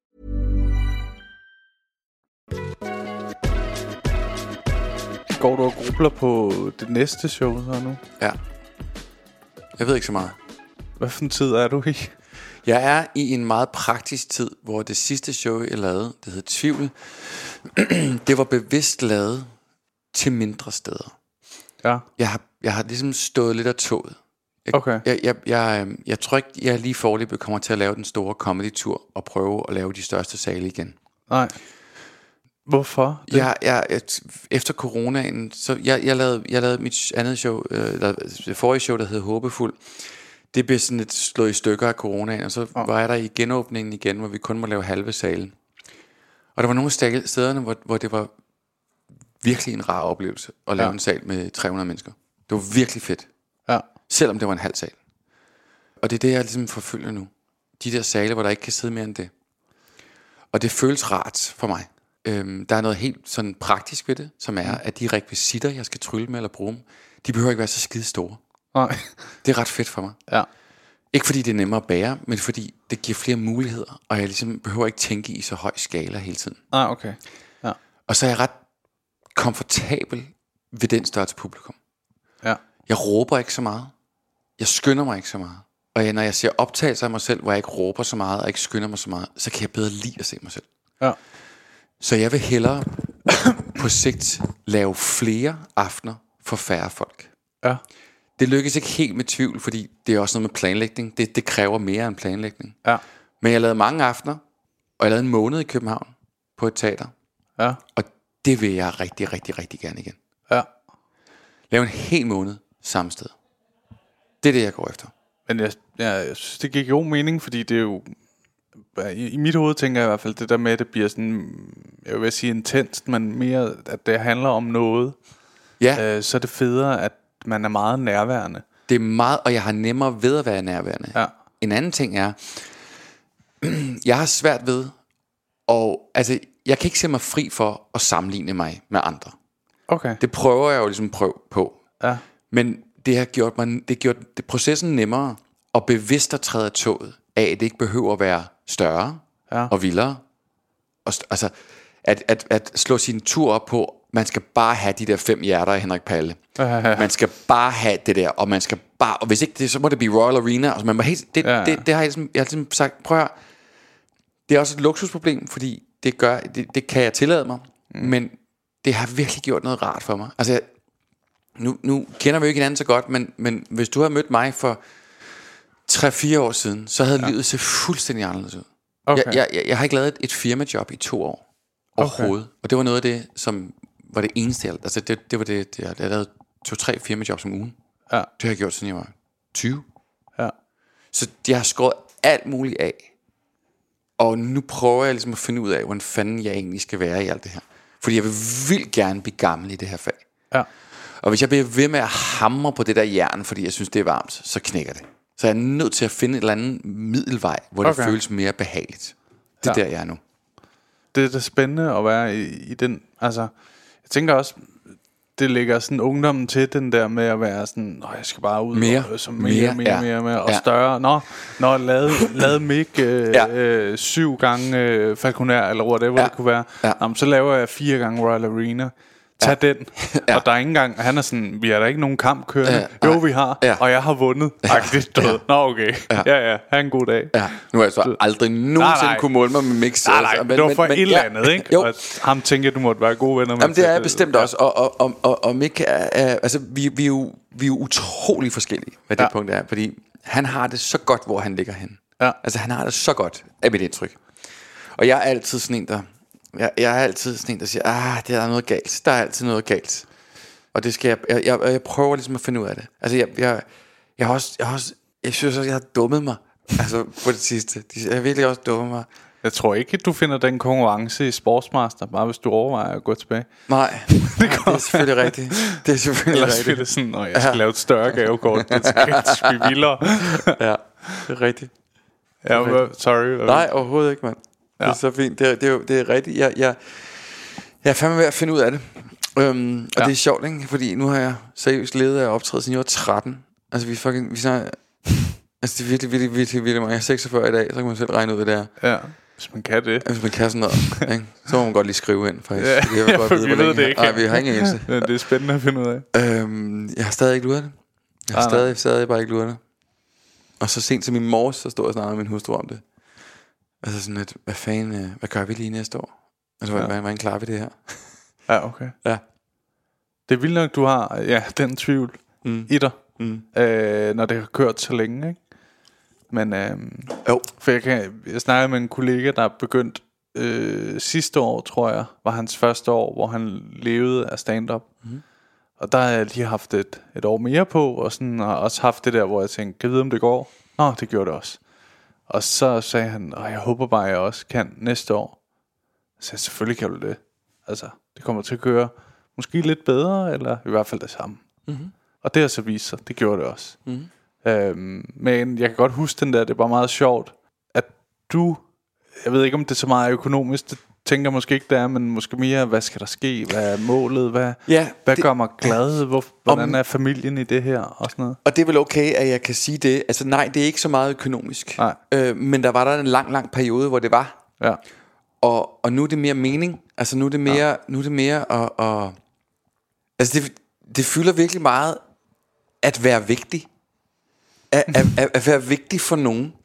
Går du og grubler på det næste show så nu? Ja. Jeg ved ikke så meget. Hvad for en tid er du i? Jeg er i en meget praktisk tid, hvor det sidste show, jeg lavede, det hed Tvivl, det var bevidst lavet til mindre steder. Ja. Jeg har ligesom stået lidt af toget. Okay. Jeg tror ikke, jeg lige foreløbig kommer til at lave den store comedy-tur og prøve at lave de største sale igen. Nej. Hvorfor? Efter coronaen, så jeg lavede mit andet show, det forrige show, der hed Håbefuld. Det blev sådan lidt slået i stykker af coronaen, og så var jeg der i genåbningen igen, hvor vi kun må lave halve salen. Og der var nogle af stederne, hvor det var virkelig en rar oplevelse at lave en sal med 300 mennesker. Det var virkelig fedt. Ja. Selvom det var en halv sal. Og det er det, jeg ligesom forfølger nu. De der sale, hvor der ikke kan sidde mere end det. Og det føles rart for mig. Der er noget helt sådan praktisk ved det, som er, at de rekvisitter, jeg skal trylle med eller bruge, de behøver ikke være så skide store. Nej. Det er ret fedt for mig. Ja. Ikke fordi det er nemmere at bære, men fordi det giver flere muligheder, og jeg ligesom behøver ikke tænke i så høj skala hele tiden. Ah, okay. Ja. Og så er jeg ret komfortabel ved den størrelse publikum. Ja. Jeg råber ikke så meget. Jeg skynder mig ikke så meget. Og når jeg ser optagelser af mig selv, hvor jeg ikke råber så meget og ikke skynder mig så meget, så kan jeg bedre lide at se mig selv. Ja. Så jeg vil hellere på sigt lave flere aftener for færre folk. Ja. Det lykkes ikke helt med Tvivl, fordi det er også noget med planlægning. Det kræver mere end planlægning. Ja. Men jeg lavede mange aftener, og jeg lavede en måned i København på et teater. Ja. Og det vil jeg rigtig, rigtig, rigtig gerne igen. Ja. Lave en hel måned samme sted. Det er det, jeg går efter. Men jeg synes, det giver god mening, fordi det er jo... I mit hoved tænker jeg i hvert fald det der med, at det bliver sådan, jeg vil sige intenst, men mere, at det handler om noget. Ja. Så er det federe, at man er meget nærværende. Det er meget, og jeg har nemmere ved at være nærværende. Ja. En anden ting er, jeg har svært ved, og altså, jeg kan ikke se mig fri for at sammenligne mig med andre. Okay. Det prøver jeg jo ligesom på. Ja. Men det har gjort processen nemmere og bevidst at træde af toget af, at det ikke behøver at være større og vildere. Og altså, at slå sin tur op på, man skal bare have de der 5 hjerter af Henrik Palle. Man skal bare have det der, og man skal bare, og hvis ikke det, så må det blive Royal Arena. Altså, man må helt, det har jeg ligesom sagt, prøv at, det er også et luksusproblem, fordi det kan jeg tillade mig, men det har virkelig gjort noget rart for mig. Altså, nu kender vi jo ikke hinanden så godt, men hvis du havde mødt mig for 3-4 år siden, så havde livet set fuldstændig anderledes ud. Okay. Jeg har ikke lavet et firmajob i 2 år overhovedet. Og det var noget af det, som var det eneste. Altså det var det, jeg lavede 2-3 firmajobs om ugen. Ja. Det har jeg gjort, siden jeg var 20. Ja. Så jeg har skåret alt muligt af. Og nu prøver jeg ligesom at finde ud af, hvordan fanden jeg egentlig skal være i alt det her. Fordi jeg vil vildt gerne blive gammel i det her fag. Ja. Og hvis jeg bliver ved med at hamre på det der jern, fordi jeg synes, det er varmt, så knækker det. Så jeg er nødt til at finde et eller andet middelvej, hvor det føles mere behageligt. Det er der, jeg er nu. Det er da spændende at være i den. Altså, jeg tænker også, det ligger sådan ungdommen til, den der med at være sådan, jeg skal bare ud mere og større. Når lade mig 7 gange Falconer, eller whatever det kunne være. Ja. Så laver jeg 4 gange Royal Arena. Tag den. Og der er ikke engang, han er sådan, vi har da ikke nogen kamp kørende. Jo, vi har, og jeg har vundet. Nå, okay. Ja, ha' en god dag. Nu har jeg så aldrig nogensinde kunne måle mig med Mick. Nej, det var for et eller andet, ikke? Jo. Og ham tænker du måtte være gode venner med. Jamen det er jeg bestemt også. Og Mick er, altså vi er jo utrolig forskellige, hvad det punkt er. Fordi han har det så godt, hvor han ligger hen. Altså han har det så godt, af mit indtryk. Og jeg er altid sådan en, der siger, det er noget galt. Der er altid noget galt. Og det skal jeg prøver ligesom at finde ud af det. Altså jeg synes også, jeg har dummet mig. Altså på det sidste. Jeg har virkelig også dummet mig. Jeg tror ikke, du finder den konkurrence i Sportsmaster, bare hvis du overvejer at gå tilbage. Nej, det er selvfølgelig rigtigt. Det er selvfølgelig rigtigt. Ellers sådan, når jeg skal lave et større gavekort, det skal vi vildere. Ja, det er rigtigt. Sorry. Nej, overhovedet ikke, mand. Det er så fint. Det er rigtigt. Jeg er fandme ved at finde ud af det. Og det er sjovt, ikke? Fordi nu har jeg seriøst ledet af optræde, siden jeg var 13. Altså vi snakker. Altså det er virkelig mange. Jeg er 46 i dag, så kan man selv regne ud det der. Ja, hvis man kan det. Hvis man kan sådan noget, ikke? Så må man godt lige skrive ind, faktisk. Vi ved det ikke. Nej, vi har ingen eneste. Det er spændende at finde ud af. Jeg har stadig ikke luret det. Jeg har stadig bare ikke luret det. Og så sent som i morges, så stod jeg snart med min hustru om det. Altså sådan lidt, hvad gør vi lige næste år? Altså, hvordan klarer vi det her? Ja, okay. Ja. Det er vildt nok, du har den tvivl i dig, når det har kørt så længe, ikke? Men for jeg snakkede med en kollega, der begyndt sidste år, tror jeg, var hans første år, hvor han levede af stand-up. Og der har jeg lige haft et år mere på, og sådan har også haft det der, hvor jeg tænkte, kan jeg vide, om det går? Nå, det gjorde det også. Og så sagde han, jeg håber bare, jeg også kan næste år. Så selvfølgelig kan du det. Altså, det kommer til at køre måske lidt bedre, eller i hvert fald det samme. Og det har så vist sig, det gjorde det også. Men jeg kan godt huske den der, det er bare meget sjovt, at du, jeg ved ikke om det er så meget økonomisk, det tænker måske ikke det er, men måske mere, hvad skal der ske, hvad er målet, hvad gør mig glad, hvordan er familien i det her, og sådan noget. Og det er vel okay, at jeg kan sige det, altså nej, det er ikke så meget økonomisk, men der var der en lang periode, hvor det var, og nu er det mere mening, altså nu er det mere og altså det fylder virkelig meget, at være vigtig, at være vigtig for nogen.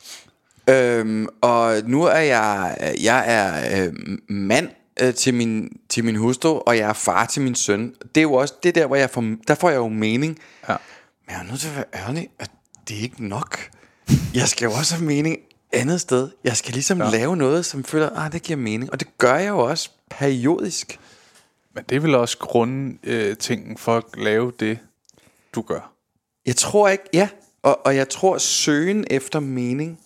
Og nu er jeg er mand til min hustru, og jeg er far til min søn. Det er jo også det der, hvor der får jeg jo mening. Men jeg er nødt til at være ærlig, at det er ikke nok. Jeg skal jo også have mening andet sted. Jeg skal ligesom lave noget, som føler, det giver mening. Og det gør jeg jo også periodisk. Men det er vel også grundtingen for at lave det, du gør? Jeg tror ikke, og jeg tror, søgen efter mening,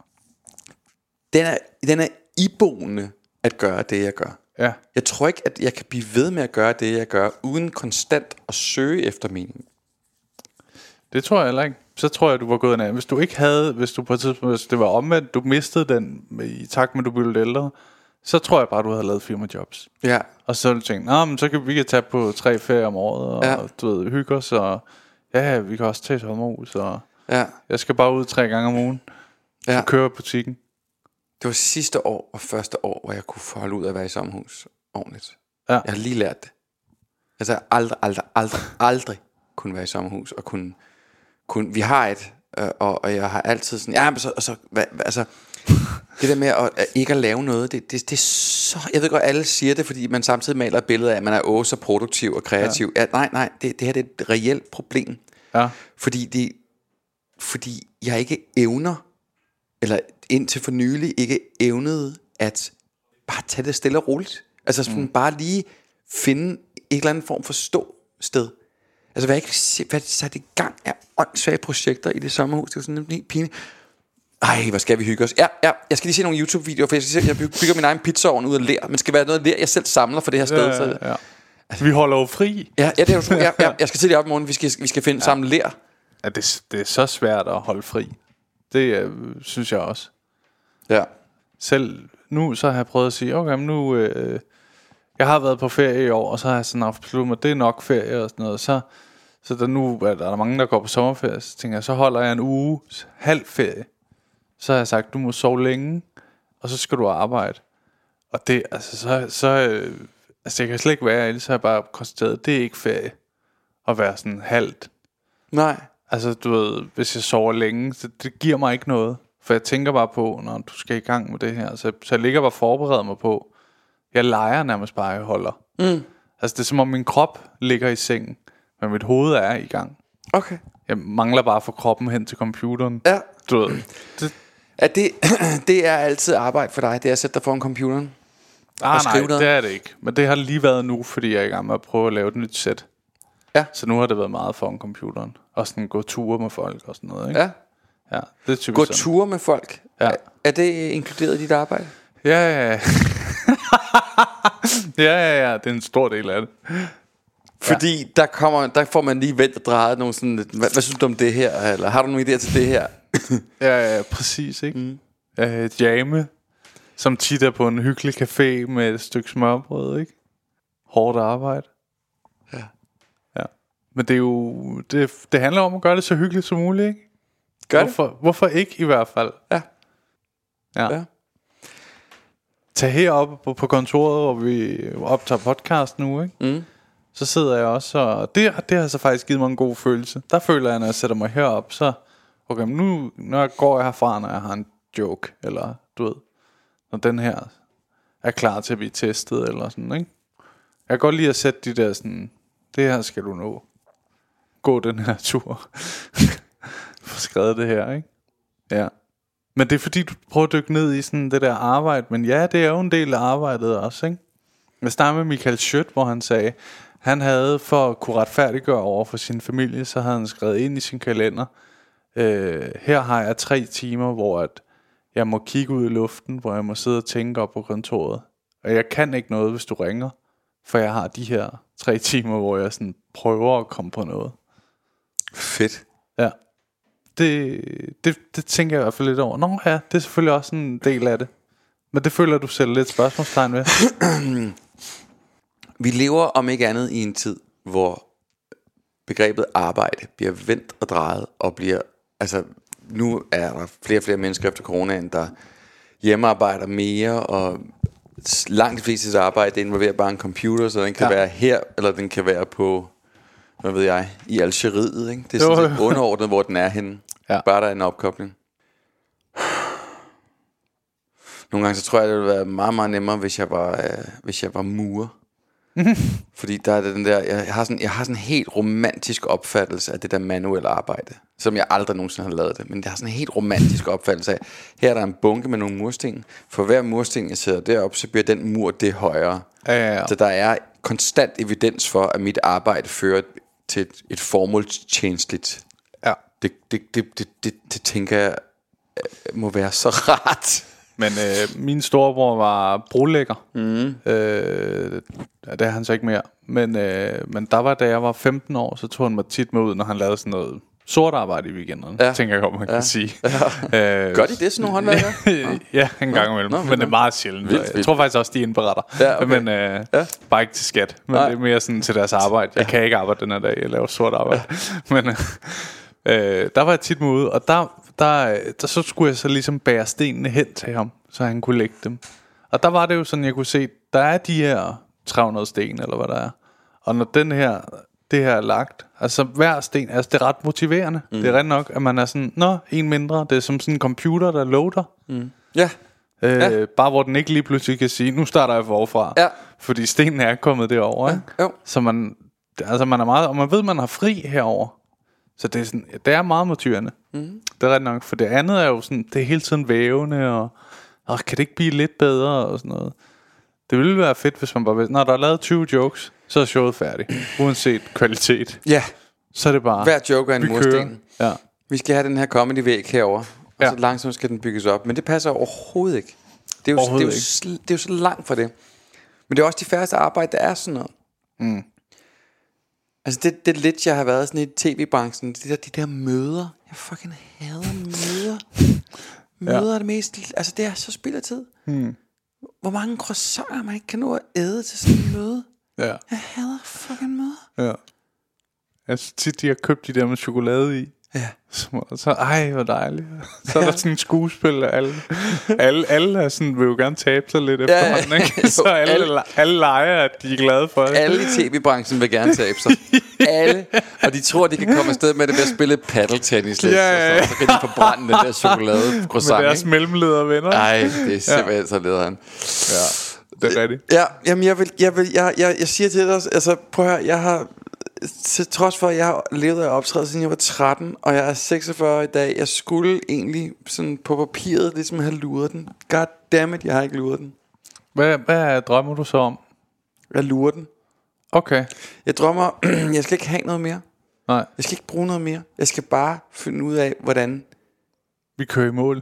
den er iboende at gøre det, jeg gør. Jeg tror ikke, at jeg kan blive ved med at gøre det, jeg gør, uden konstant at søge efter mening. Det tror jeg heller ikke. Så tror jeg, du var gået af. Hvis du på et tidspunkt, hvis det var omvendt, du mistede den i takt med, at du blev lidt ældre, så tror jeg bare, du havde lavet firmajobs. Og så har du tænkt, men så kan vi tage på 3 ferier om året, og du ved, hygge os, og vi kan også tage sommerhus, og jeg skal bare ud 3 gange om ugen, og køre butikken. Det var sidste år og første år, hvor jeg kunne holde ud at være i sommerhus ordentligt. Jeg har lige lært det. Altså jeg aldrig kunne være i sommerhus, og kunne vi har et, og jeg har altid sådan, altså det der med at ikke at lave noget, det er så, jeg ved godt, alle siger det, fordi man samtidig maler et billede af, at man er så produktiv og kreativ. Nej, det her det er et reelt problem. Fordi jeg ikke evner, eller indtil for nylig ikke evnede at bare tage det stille og roligt. Altså sådan bare lige finde en eller anden form for ståsted. Altså hvad sat i gang af åndssvage projekter i det sommerhus. Det var sådan en pinligt. Hvor skal vi hygge os. Jeg skal lige se nogle YouTube-videoer, for jeg bygger min egen pizzaovn ud af ler. Men skal være noget ler, jeg selv samler for det her sted. Så, vi holder jo fri. Det er jo jeg skal til det op i morgen. Vi skal finde sammen ler. Det er så svært at holde fri. Det synes jeg også. Selv nu så har jeg prøvet at sige, okay, nu jeg har været på ferie i år, og så har jeg sådan haft besluttet mig, det er nok ferie og sådan noget. Så der nu er der mange, der går på sommerferie. Så tænker jeg, så holder jeg en uge halv ferie. Så har jeg sagt, du må sove længe, og så skal du arbejde. Og det, altså, så Altså jeg kan slet ikke være, ellers har jeg bare konstateret, det er ikke ferie at være sådan halvt. Nej. Altså du ved, hvis jeg sover længe, så det giver mig ikke noget. For jeg tænker bare på, når du skal i gang med det her. Så jeg ligger bare forberedt mig på. Jeg leger nærmest bare, jeg holder. Altså det er som om min krop ligger i sengen, men mit hoved er i gang. Okay. Jeg mangler bare at få kroppen hen til computeren. Ja. Du ved. Det er altid arbejde for dig, det er at sætte dig foran computeren? Nej, det er det ikke. Men det har lige været nu, fordi jeg er i gang med at prøve at lave et nyt sæt. Ja. Så nu har det været meget foran computeren. Og sådan gå ture med folk og sådan noget, ikke? Ja. Ja, det er typisk gå sådan. ture med folk? Ja. Er det inkluderet i dit arbejde? Ja. Ja, det er en stor del af det. Fordi der får man lige vendt og drejet nogle sådan, hvad synes du om det her? Eller har du nogle idéer til det her? Ja, præcis, ikke? Jamme, som tit er på en hyggelig café med et stykke smørbrød, ikke? Hårdt arbejde. Ja. Men det er jo det handler om at gøre det så hyggeligt som muligt, ikke? Hvorfor ikke i hvert fald? Ja. Tag herop på kontoret, hvor vi optager podcast nu, ikke? Så sidder jeg også, og det har så faktisk givet mig en god følelse. Der føler jeg, når jeg sætter mig herop, så okay, nu når går jeg herfra, når jeg har en joke, eller du ved, når den her er klar til at blive testet, eller sådan, ikke? Jeg kan godt lide at sætte de der sådan, det her skal du nå. Gå den her tur. Få skrevet det her, ikke? Ja. Men det er fordi, du prøver at dykke ned i sådan det der arbejde. Men ja, det er jo en del af arbejdet også, ikke? Jeg startede med Michael Schødt, hvor han sagde, han havde for at kunne retfærdiggøre over for sin familie, så havde han skrevet ind i sin kalender, her har jeg 3 timer, hvor at jeg må kigge ud i luften, hvor jeg må sidde og tænke op på kontoret. Og jeg kan ikke noget, hvis du ringer, for jeg har de her 3 timer, hvor jeg sådan prøver at komme på noget. Fedt. Ja. Det tænker jeg i hvert fald lidt over. Nå ja, det er selvfølgelig også en del af det. Men det føler du selv lidt spørgsmålstegn ved. Vi lever om ikke andet i en tid, hvor begrebet arbejde bliver vendt og drejet og bliver, altså nu er der flere og flere mennesker efter coronaen, der hjemmearbejder mere, og langt de fleste arbejde involverer bare en computer, så den kan være her, eller den kan være på, hvad ved jeg, i Algeriet, ikke? Det er sådan set underordnet, hvor den er henne. Bare der er en opkobling. Nogle gange så tror jeg, det ville være meget, meget nemmere, hvis jeg var murer. Fordi der er den der, jeg har sådan en helt romantisk opfattelse af det der manuelle arbejde, som jeg aldrig nogensinde har lavet det. Men det har sådan en helt romantisk opfattelse af, her er der en bunke med nogle mursten. For hver mursten jeg sætter derop, så bliver den mur det højere. Ja. Så der er konstant evidens for, at mit arbejde fører til et formålstjenestligt. Ja. Det tænker jeg må være så rart. Men min storebror var brolægger. Det er han så ikke mere. Men der var, da jeg var 15 år, så tog han mig tit med ud, når han lavede sådan noget sort arbejde i weekenderne. Tænker jeg godt, man kan sige. Gør de det, sådan nogle håndværkere? Ja, en gang imellem. Men det er meget sjældent. Jeg tror faktisk også, de indberetter. Ja, okay. Men bare ikke til skat. Men det er mere sådan til deres arbejde. Jeg kan ikke arbejde den her dag. Jeg laver sort arbejde. Men der var jeg tit med ude, og der så skulle jeg så ligesom bære stenene hen til ham, så han kunne lægge dem. Og der var det jo sådan, jeg kunne se, der er de her 300 sten, eller hvad der er. Og når det her er lagt, altså hver sten, altså det er ret motiverende. Det er ret nok, at man er sådan, en mindre, det er som sådan en computer, der loader. Bare hvor den ikke lige pludselig kan sige, nu starter jeg forfra. Fordi stenen er kommet derover, ikke? Så man er meget, og man ved, man har fri herover. Så det er sådan, det er meget motiverende. Det er ret nok, for det andet er jo sådan, det er hele tiden vævende, og kan det ikke blive lidt bedre og sådan noget. Det ville være fedt, hvis man bare vidste, når der er lavet 20 jokes, så er showet færdigt, uanset kvalitet. Så er det bare, hver joke er en mursten. Vi skal have den her comedy-væg herover, og så langsomt skal den bygges op. Men det passer overhovedet ikke. Det er jo så langt fra det. Men det er også de færreste arbejde, der er sådan noget. Altså det er lidt, jeg har været sådan i tv-branchen. De der møder. Jeg fucking hader møder. Møder er det mest. Altså det er så spild af tid. Hvor mange croissanter man ikke kan nå at æde til sådan en møde. Jeg hader fucking møder. Jeg synes tit, de har købt de der med chokolade i. Ja. Så ej, hvor dejligt. Så er der sådan en skuespil, alle er sådan, vil jo gerne tabe sig lidt efterhånden, ikke? Så alle leger, at de er glade for det. Alle i tv-branchen vil gerne tabe sig. Alle. Og de tror, de kan komme afsted med det ved at spille paddeltennis lidt. Ja. Så kan de forbrænde den der chokolade croissant. Med deres mellemledere venner. Nej, det er simpelthen så lederen. Ja, det er rigtigt. Ja, jamen jeg siger til dig, altså prøv at høre, jeg har, til trods for at jeg har levet af optræde siden jeg var 13, og jeg er 46 i dag, jeg skulle egentlig sådan på papiret ligesom have luret den. God damn it, jeg har ikke luret den. Hvad drømmer du så om? Jeg lurer den. Okay. Jeg drømmer, jeg skal ikke have noget mere. Nej. Jeg skal ikke bruge noget mere. Jeg skal bare finde ud af, hvordan vi kører i mål.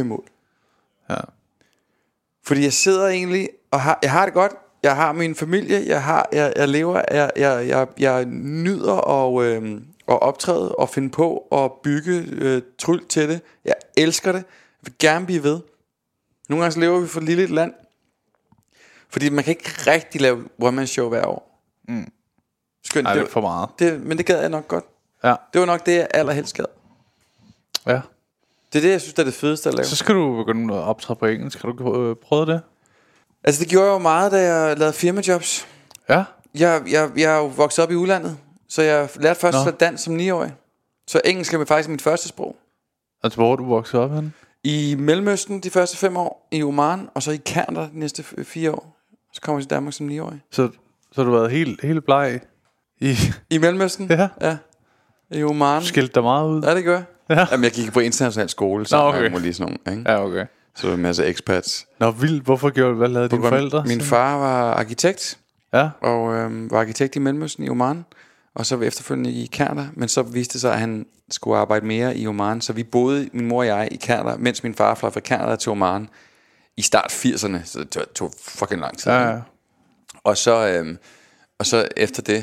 Ja. Fordi jeg sidder egentlig og jeg har det godt. Jeg har min familie. Jeg lever. Jeg nyder at optræde og finde på og bygge tryl til det. Jeg elsker det. Jeg vil gerne blive ved. Nogle gange så lever vi for et lille land. Fordi man kan ikke rigtig lave one-man-show hver år. Skønt. Ej, det er for meget. Men det gad jeg nok godt. Ja. Det var nok det, jeg allerhelst gad. Ja. Det er det, jeg synes, der er det fedeste at lave. Så skal du begynde at optræde på engelsk. Har du prøvet det? Altså, det gjorde jeg jo meget, da jeg lavede firmajobs. Ja. Jeg er jo vokset op i udlandet. Så jeg lærte først at danse som 9-årig. Så engelsk er faktisk mit første sprog. Altså, hvor er du vokset op henne? I Mellemøsten de første 5 år. I Oman. Og så i Canada de næste 4 år. Så kom jeg til Danmark som 9-årig. Så har du været helt bleg i Mellemøsten? Ja. I Oman. Du skilte dig meget ud. Ja, det gør jeg. Ja. Jamen, jeg gik på international skole. Så jeg må lige sådan nogle, ikke? Ja, okay. Så var en masse expats. Nå, vildt. Hvorfor gjorde du? Hvad lavede dine forældre? Min far var arkitekt. Ja. Og var arkitekt i Mellemøsten i Oman. Og så efterfølgende i Canada. Men så viste det sig, at han skulle arbejde mere i Oman. Så vi boede, min mor og jeg, i Canada, mens min far fløj fra Canada til Oman i start 80'erne. Så det tog fucking lang tid. Ja. Og så efter det,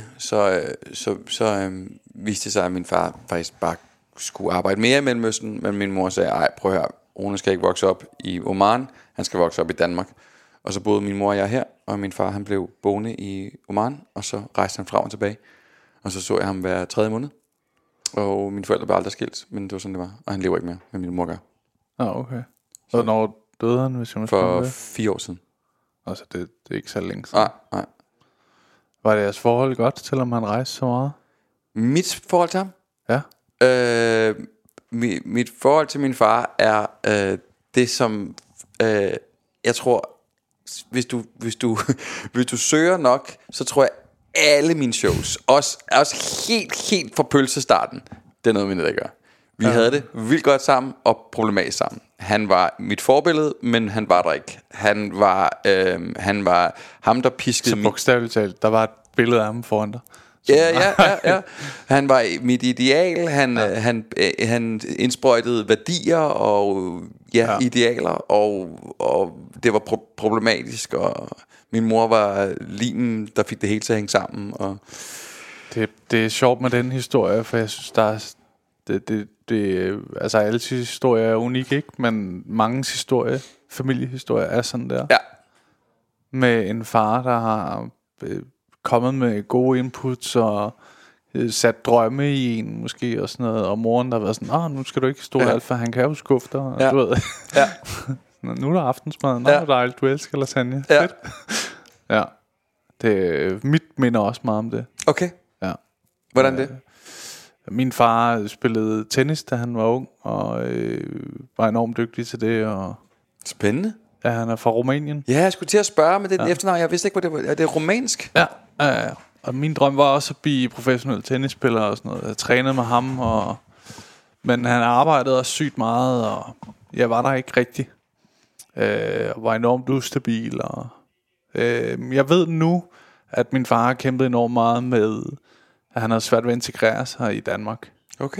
så viste det sig, at min far faktisk bare skulle arbejde mere i Mellemøsten. Men min mor sagde, ej, prøv at høre, Rune skal ikke vokse op i Oman, han skal vokse op i Danmark. Og så boede min mor og jeg her, og min far han blev boende i Oman. Og så rejste han fra og tilbage. Og så jeg ham hver 3. måned. Og mine forældre blev aldrig skilt, men det var sådan det var. Og han lever ikke mere, men min mor gør. Okay. Og når døde han, hvis jeg må spørge? For 4 år siden. Altså det er ikke så længe siden. Nej. Var det jeres forhold godt, selvom han rejste så meget? Mit forhold til ham? Ja. Mit forhold til min far er det som jeg tror, hvis du søger nok, så tror jeg alle mine shows, også helt fra pølsestarten, det er noget, vi der gør. Vi havde det vildt godt sammen og problematisk sammen. Han var mit forbillede, men han var der ikke. Han var ham, der piskede. Så bogstaveligt talt, der var et billede af ham foran dig. Ja. Han var mit ideal. Han indsprøjtede værdier og idealer, og det var problematisk. Og min mor var limen, der fik det hele til at hænge sammen. Og det er sjovt med den historie, for jeg synes, der er altså alle historier er unikke, ikke? Men mange familiehistorier er sådan der. Ja. Med en far, der har kommet med gode inputs og sat drømme i en måske og sådan noget, og moren der har været sådan, nu skal du ikke stå alt, for han kan jo skuffe dig, og du ved. Ja. Nu er der aftensmad, nå, dejligt, du elsker lasagne. Fedt. Ja. Mit minder også meget om det. Okay. Ja. Hvordan det? Min far spillede tennis, da han var ung, og var enormt dygtig til det. Og spændende. Ja, han er fra Rumænien. Ja, jeg skulle til at spørge med det efternavn. Jeg vidste ikke, hvad det var. Er det rumænsk? Ja. Og min drøm var også at blive professionel tennisspiller og sådan noget. Jeg trænede med ham, men han arbejdede også sygt meget, og jeg var der ikke rigtig. Og var enormt ustabil. Og jeg ved nu, at min far har kæmpet enormt meget med, at han havde svært ved at integrere sig i Danmark. Okay.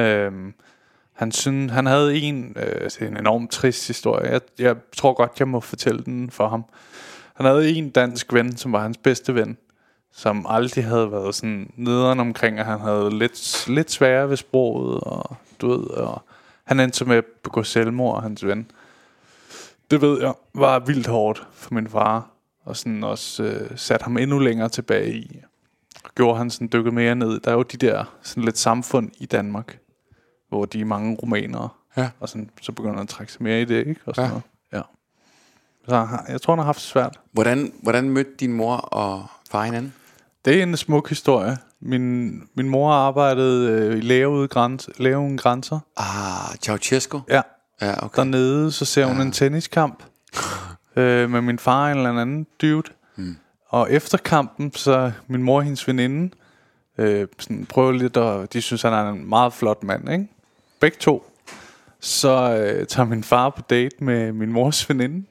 Han havde en enormt trist historie. Jeg tror godt, jeg må fortælle den for ham. Han havde en dansk ven, som var hans bedste ven, som aldrig havde været sådan nederen omkring, at han havde lidt sværere ved sproget, og du ved, og han endte med at begå selvmord, hans ven. Det ved jeg var vildt hårdt for min far, og sådan også satte ham endnu længere tilbage i, og gjorde han sådan dykket mere ned. Der er jo de der sådan lidt samfund i Danmark, hvor de er mange rumænere. Ja. Og sådan, så begynder han at trække sig mere i det, ikke? Og sådan Ja. noget. Ja. Så jeg tror, han har haft det svært. Hvordan mødte din mor og far hinanden? Det er en smuk historie. Min mor arbejdede i Læge Uden Grænser. Ceausescu? Ja. Ja, okay. Dernede, så ser hun en tenniskamp med min far og en eller anden dude. Og efter kampen, så min mor og hendes veninde sådan prøver lidt, og de synes, han er en meget flot mand, ikke? Begge to. Så tager min far på date med min mors veninde.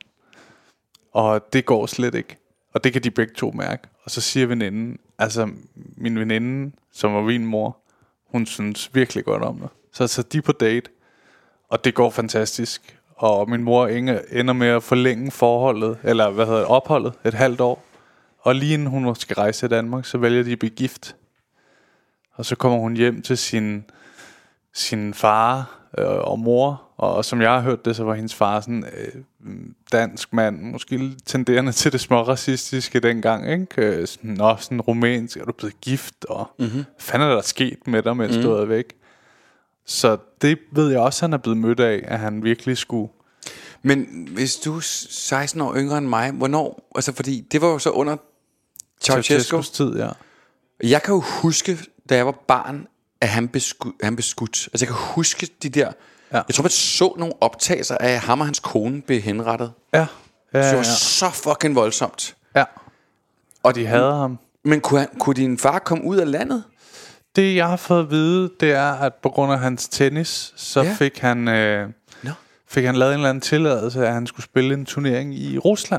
Og det går slet ikke. Og det kan de begge to mærke. Og så siger veninden, altså min veninde, som var min mor, hun synes virkelig godt om det. Så de på date, og det går fantastisk. Og min mor ender med at forlænge forholdet, eller opholdet, et halvt år. Og lige inden hun skal rejse til Danmark, så vælger de at blive gift. Og så kommer hun hjem til sin far og mor. Og som jeg har hørt det, så var hendes far sådan dansk mand, måske tenderende til det små racistiske dengang, ikke? Sådan rumænsk, er du blevet gift, og fanden er der sket med dig, mens du er væk? Så det ved jeg også, han er blevet mødt af, at han virkelig skulle. Men hvis du er 16 år yngre end mig, hvornår? Altså fordi det var jo så under Ceausescu's tid, ja. Jeg kan jo huske, da jeg var barn, at han blev skudt. Altså jeg kan huske de der. Ja. Jeg tror man så nogle optagelser af ham og hans kone blev henrettet. Ja. Det var så fucking voldsomt. Ja. Og de havde ham. Men kunne din far komme ud af landet? Det jeg har fået at vide, det er, at på grund af hans tennis, så fik han lavet en eller anden tilladelse, at han skulle spille en turnering i Rusland.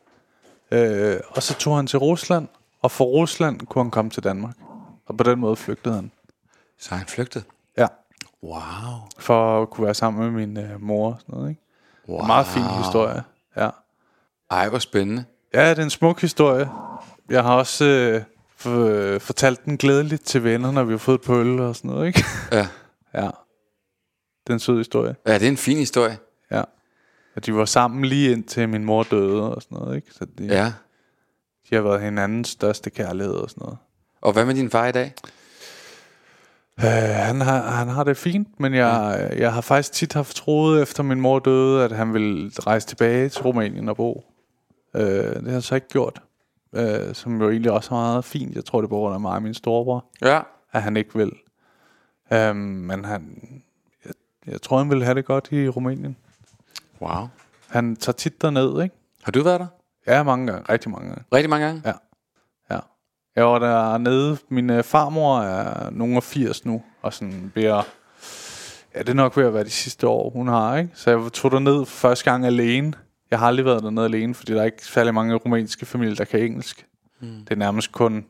Og så tog han til Rusland, og fra Rusland kunne han komme til Danmark. Og på den måde flygtede han. Så han flygtede? Ja. Wow. For at kunne være sammen med min mor og sådan noget, ikke? Wow. En meget fin historie, ja. Ej, hvor spændende. Ja, det er en smuk historie. Jeg har også fortalt den glædeligt til venner, når vi har fået på øl og sådan noget, ikke? Ja. Ja. Det er en sød historie. Ja, det er en fin historie. Ja. Og de var sammen lige indtil min mor døde og sådan noget, ikke? Så de har været hinandens største kærlighed og sådan noget. Og hvad med din far i dag? Han har det fint, men jeg har faktisk tit haft troet, efter min mor døde, at han ville rejse tilbage til Rumænien og bo. Det har han så ikke gjort. Som jo egentlig også er meget fint. Jeg tror, det er på grund af mig og min storebror. Ja. At han ikke vil. Men jeg tror, han vil have det godt i Rumænien. Wow. Han tager tit derned, ikke? Har du været der? Ja, mange gange. Rigtig mange gange. Rigtig mange gange? Ja. Jeg var dernede. Min farmor er nogen af 80 nu. Og sådan bliver... Ja, det er nok ved at være de sidste år, hun har, ikke? Så jeg tog derned første gang alene. Jeg har aldrig været dernede alene, fordi der er ikke særlig mange rumænske familier, der kan engelsk. Det er nærmest kun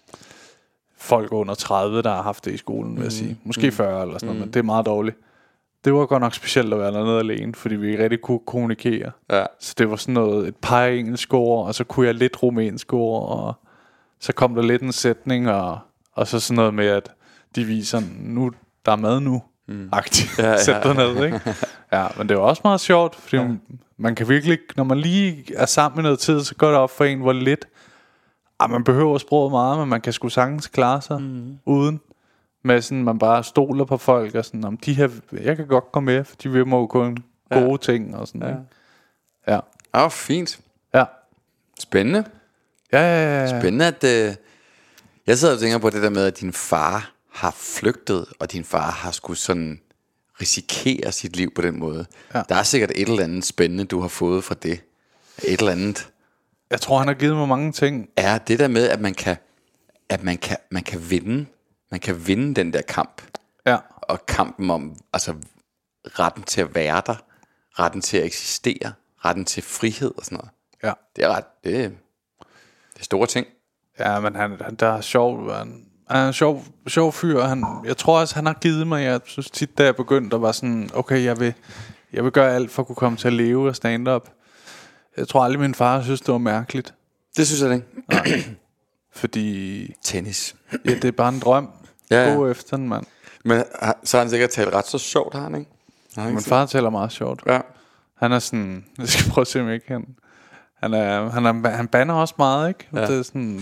folk under 30, der har haft det i skolen, vil jeg sige. Måske 40 eller sådan noget, men det er meget dårligt. Det var godt nok specielt at være dernede alene, fordi vi ikke rigtig kunne kommunikere. Ja. Så det var sådan noget, et par engelske ord, og så kunne jeg lidt rumænsk ord, og så kom der lidt en sætning, og så sådan noget med, at de viser, nu der er mad nu. Agtigt. Sæt dig ned, ikke? Ja, men det var også meget sjovt, fordi man kan virkelig, når man lige er sammen i noget tid, så går det op for en, hvor lidt man behøver sproget meget, men man kan sgu sagtens klare sig uden, med sådan, man bare stoler på folk og sådan, om de her, jeg kan godt komme med, for de vil må jo kun gode ting og sådan. Ja. Fint. Ja. Spændende. Ja. Spændende, at jeg sidder og tænker på det der med, at din far har flygtet, og din far har skulle sådan risikere sit liv på den måde. Ja. Der er sikkert et eller andet spændende, du har fået fra det. Et eller andet. Jeg tror, han har givet mig mange ting. Er det der med, at man kan vinde. Man kan vinde den der kamp. Ja. Og kampen om altså retten til at være der, retten til at eksistere, retten til frihed og sådan noget. Ja. Det er store ting. Ja, men han der er sjov. Han er en sjov fyr. Jeg tror også, han har givet mig. Jeg synes tit, da jeg begyndte, der var sådan, okay, jeg vil gøre alt for at kunne komme til at leve af stand-up. Jeg tror aldrig, min far synes, det var mærkeligt. Det synes jeg ikke. Nej. Fordi tennis. Ja, det er bare en drøm. Gå efter den, mand. Men så har han sikkert talt ret så sjovt, har han ikke? Min far taler meget sjovt. Ja. Han er sådan, jeg skal prøve at se, om jeg ikke kan. Han banner også meget, ikke? Ja. Det er sådan,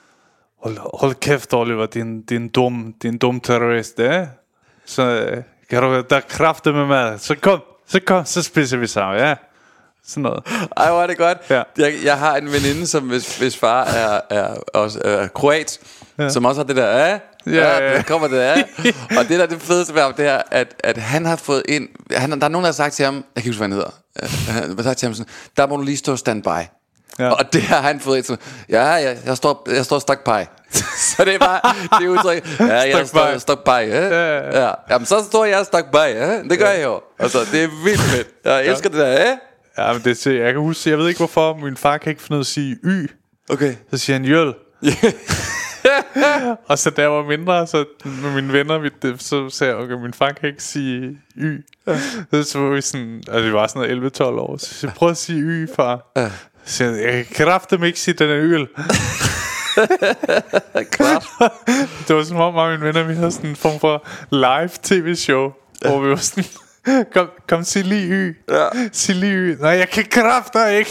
hold kæft, Oliver, din dum terrorist, ja? Så Kan du, der er kræfter med mad. Så kom, så spiser vi sammen, ja. Sådan noget. Ej, hvor er det godt. Ja. Jeg har en veninde, som hvis far er kroat, som også har det der, der kommer det der. Og det der det fedeste ved ham, det er, at han har fået ind, der er nogen, der har sagt til ham, jeg kan ikke huske, hvad han hedder, han har sagt til ham sådan, der må du lige stå standby. Ja. Og det har han fået ind sådan, jeg står stak pej. Så det er bare det udtryk. Ja, jeg står stak pej. Ja. Jamen så står jeg stak pej. Det gør jeg jo. Altså det er vildt fedt. Jeg elsker det der. Ja, men det jeg kan huske, jeg ved ikke hvorfor min far kan ikke finde ud af at sige y. Okay. Så siger han jøl. Og så da jeg var mindre, så med mine venner, så sagde jeg, okay, min far kan ikke sige y. Så var vi sådan, altså vi var sådan noget 11-12 år. Så jeg prøvede at sige y, far. Så siger jeg kan kraftedeme ikke sige den er yl. Det var som om mig og mine venner, vi havde sådan en form for live tv-show, hvor vi var sådan, kom sig lige y. Sig lige y. Nej, jeg kan kræfter ikke.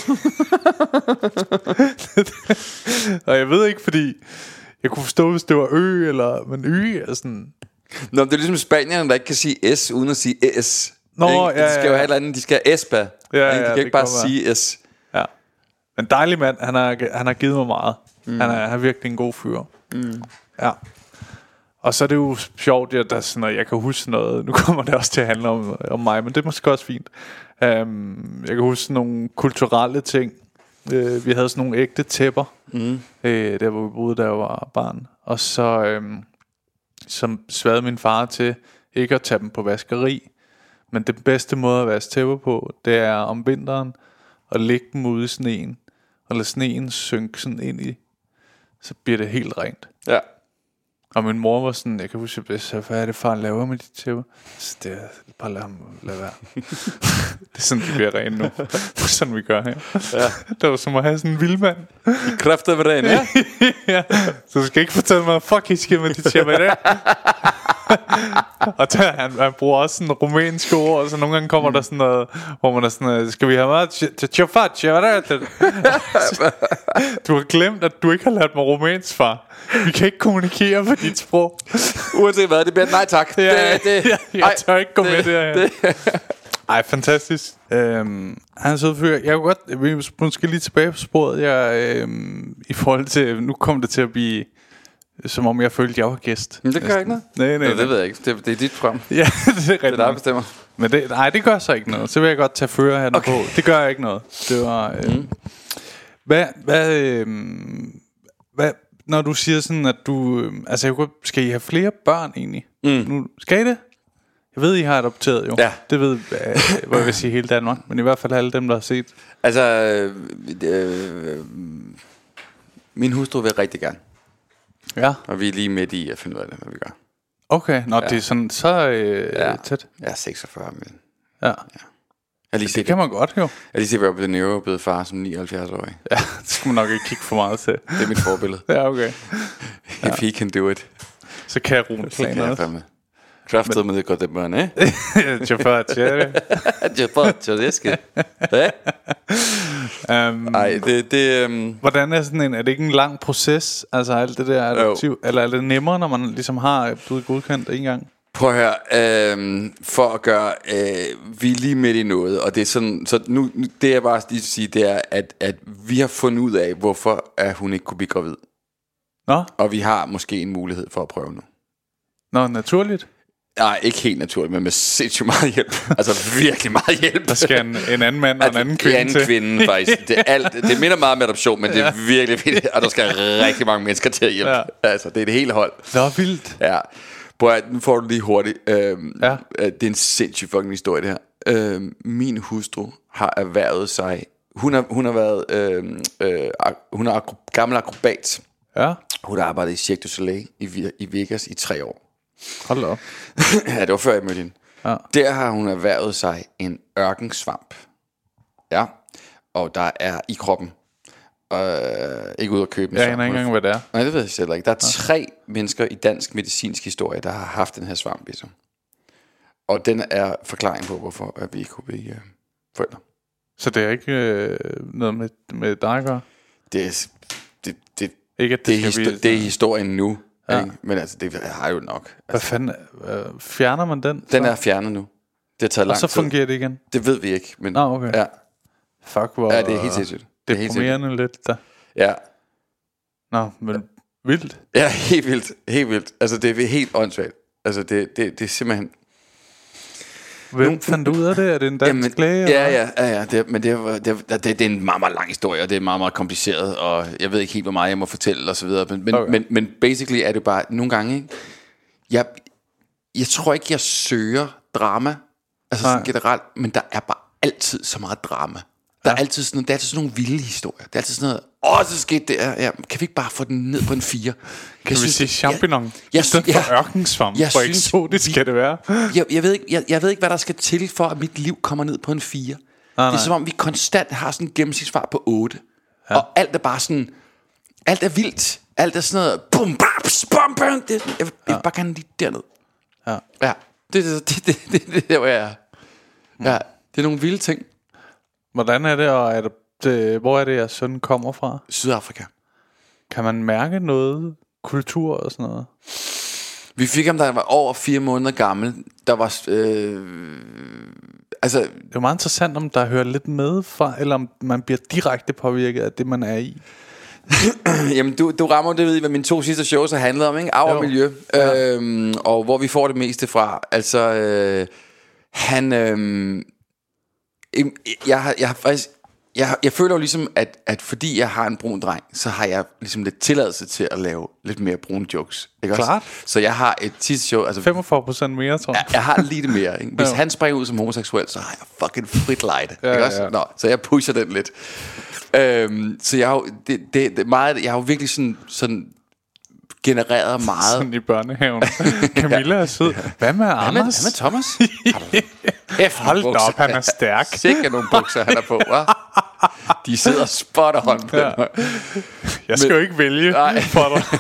Og jeg ved ikke, fordi jeg kunne forstå, hvis det var ø eller, men y er sådan. Nå, det er ligesom spanierne, der ikke kan sige s uden at sige s. Nå, ja, de skal jo have et eller andet, de skal have espa. De kan ikke bare sige s. Ja. Men dejlig mand, han har givet mig meget. Han er virkelig en god fyr. Ja. Og så er det jo sjovt, at der sådan noget, jeg kan huske noget. Nu kommer det også til at handle om mig, men det er måske også fint. Jeg kan huske nogle kulturelle ting. Vi havde sådan nogle ægte tæpper, der hvor vi boede, da jeg var barn. Og så som sværede min far til ikke at tage dem på vaskeri. Men den bedste måde at vaske tæpper på, det er om vinteren at lægge dem ude i sneen. Og lade sneen synke sådan ind i. Så bliver det helt rent. Ja. Og min mor var sådan, jeg kan huske, hvad er det far laver med de tæpper? Så det er bare lad være. Det er sådan, de bliver rene nu. Det er sådan, vi gør her. Ja. Det var som at have sådan en vildmand. I kræfter med rene, ja? Ja. Så du skal ikke fortælle mig, fuck, I skal med de tæpper i dag. Og der, han bruger også sådan rumænske ord. Og så nogle gange kommer der sådan noget, hvor man er sådan, skal vi have meget du har glemt, at du ikke har lært mig rumænsk, far. Vi kan ikke kommunikere på dit sprog. Uanset hvad, det bliver nej tak. Jeg tør ikke gå med det her. Ej, fantastisk. Han er sød fyr. Jeg kunne godt, måske lige tilbage på sporet. I forhold til, nu kom det til at blive som om jeg følte, jeg var gæst. Men det gør ikke noget. Nej. Det ved jeg ikke. Det er dit program. Ja, det er rigtigt. Det er dig, der bestemmer. Men det gør så ikke noget. Så vil jeg godt tage førerhatten på. Det gør ikke noget. Det var hvad når du siger sådan, at du altså skal I have flere børn egentlig? Nu skal I det? Jeg ved, I har adopteret jo. Ja. Det ved hvad jeg vil sige hele Danmark, men i hvert fald alle dem, der har set. Altså min hustru vil rigtig gerne. Ja. Og vi er lige midt i at finde ud af det, hvad vi gør. Okay, det er sådan så tæt. Jeg er 46, men ja. Det kan man godt jo. Jeg lige set, at Robert De Niro blevet far som 79-årig. Ja, det skal man nok ikke kigge for meget til. Det er mit forbillede. Ja, okay. If he can do it, så kan jeg rune så kan jeg fandme. Kraftet med det godt, det børn, eh? Chauffør tjære. Chauffør tjære. Hvordan er sådan en? Er det ikke en lang proces? Altså alt det der adoptiv, eller er det nemmere, når man ligesom har blevet godkendt en gang? Prøv at høre, for at gøre, vi er lige midt i noget, og det er sådan, så nu det jeg bare lige sige, det er, at vi har fundet ud af, hvorfor at hun ikke kunne blive gravid. Nå? Og vi har måske en mulighed for at prøve nu. Nå, naturligt? Nej, ikke helt naturligt, men med sindssygt meget hjælp. Altså virkelig meget hjælp. Der skal en anden mand og en anden kvinde til. En anden kvinde, faktisk. Det minder meget om adoption, men det er virkelig vildt. Og der skal rigtig mange mennesker til at hjælpe. Ja. Altså, det er det hele hold. Det er vildt. Ja. Nu får du lige hurtigt. Det er en sindssyg fucking historie, det her. Min hustru har erhvervet sig. Hun har været hun er gammel akrobat. Ja. Hun har arbejdet i Cirque du Soleil i Vegas i 3 år. Hold op. Ja, det var før jeg mødte hende. Ja. Der har hun erhvervet sig en ørkensvamp. Ja. Og der er i kroppen. Ikke ud at købe den. Jeg aner ikke engang, hvad det er. Nej, det ved jeg selv ikke. Der er 3 mennesker i dansk medicinsk historie, der har haft den her svamp i sig. Og den er forklaring på, hvorfor vi ikke kunne blive forældre. Så det er ikke noget med dig at gøre? Det ikke, at det er historien nu. Ja. Men altså, det har jo nok. Hvad fanden, fjerner man den? Den er fjernet nu. Det har taget lang tid. Og så fungerer det igen? Det ved vi ikke. Men, okay. Ja. Fuck, hvor... Ja, det er helt sindssygt. Deprimerende lidt der. Ja. Nå, men vildt. Ja, helt vildt. Altså, det er helt åndssvagt. Altså, det er simpelthen... Hvem fandt ud af det? Er det en dansk læge? Ja. Det er en meget, meget lang historie, og det er meget, meget kompliceret, og jeg ved ikke helt, hvor meget jeg må fortælle, og så videre. Men basically er det bare nogle gange, ikke? Jeg tror ikke, jeg søger drama, altså sådan generelt, men der er bare altid så meget drama. Der er altid sådan nogle vilde historier. Det er altid sådan noget, så skete det. Ja, kan vi ikke bare få den ned på en 4? Kan vi sige champignon? I stedet for ørkensvamp, hvor eksotisk skal det være. Jeg ved ikke, hvad der skal til, for at mit liv kommer ned på en 4. Det er som om, vi konstant har sådan en gennemsnitsfart på 8. Ja. Og alt er bare sådan, alt er vildt. Alt er sådan noget, bum, babs, bum, bum. Jeg vil bare gerne lige derned. Ja, det er der, hvor jeg er. Ja, det er nogle vilde ting. Hvordan er det, og hvor er det, at sønnen kommer fra? Sydafrika. Kan man mærke noget kultur og sådan noget? Vi fik ham, da han var over 4 måneder gammel. Der var... altså, det er meget interessant, om der hører lidt med fra, eller om man bliver direkte påvirket af det, man er i. Jamen, du rammer det ved, hvad mine 2 sidste shows har handlet om, ikke? Arv og miljø. Ja. Og hvor vi får det meste fra. Altså, han... Jeg føler jo ligesom, at fordi jeg har en brun dreng, så har jeg ligesom lidt tilladelse til at lave lidt mere brune jokes. Ikke klart. Også? Så jeg har et sidste show, altså 45% mere, tror jeg. Jeg har lige det mere, ikke? Hvis han springer ud som homoseksuel, så har jeg fucking frit lejde. Ikke også? Nå, så jeg pusher den lidt. Så jeg har jo det er meget, jeg har jo virkelig sådan genereret meget. Sådan i børnehaven. Camilla er sød. Hvad med Anders? Hvad med Thomas? Hold da op, han er stærk. Sikke nogle bukser, han er på, hva'? De sidder spot og hånd på mig. Jeg skal jo ikke vælge for dig.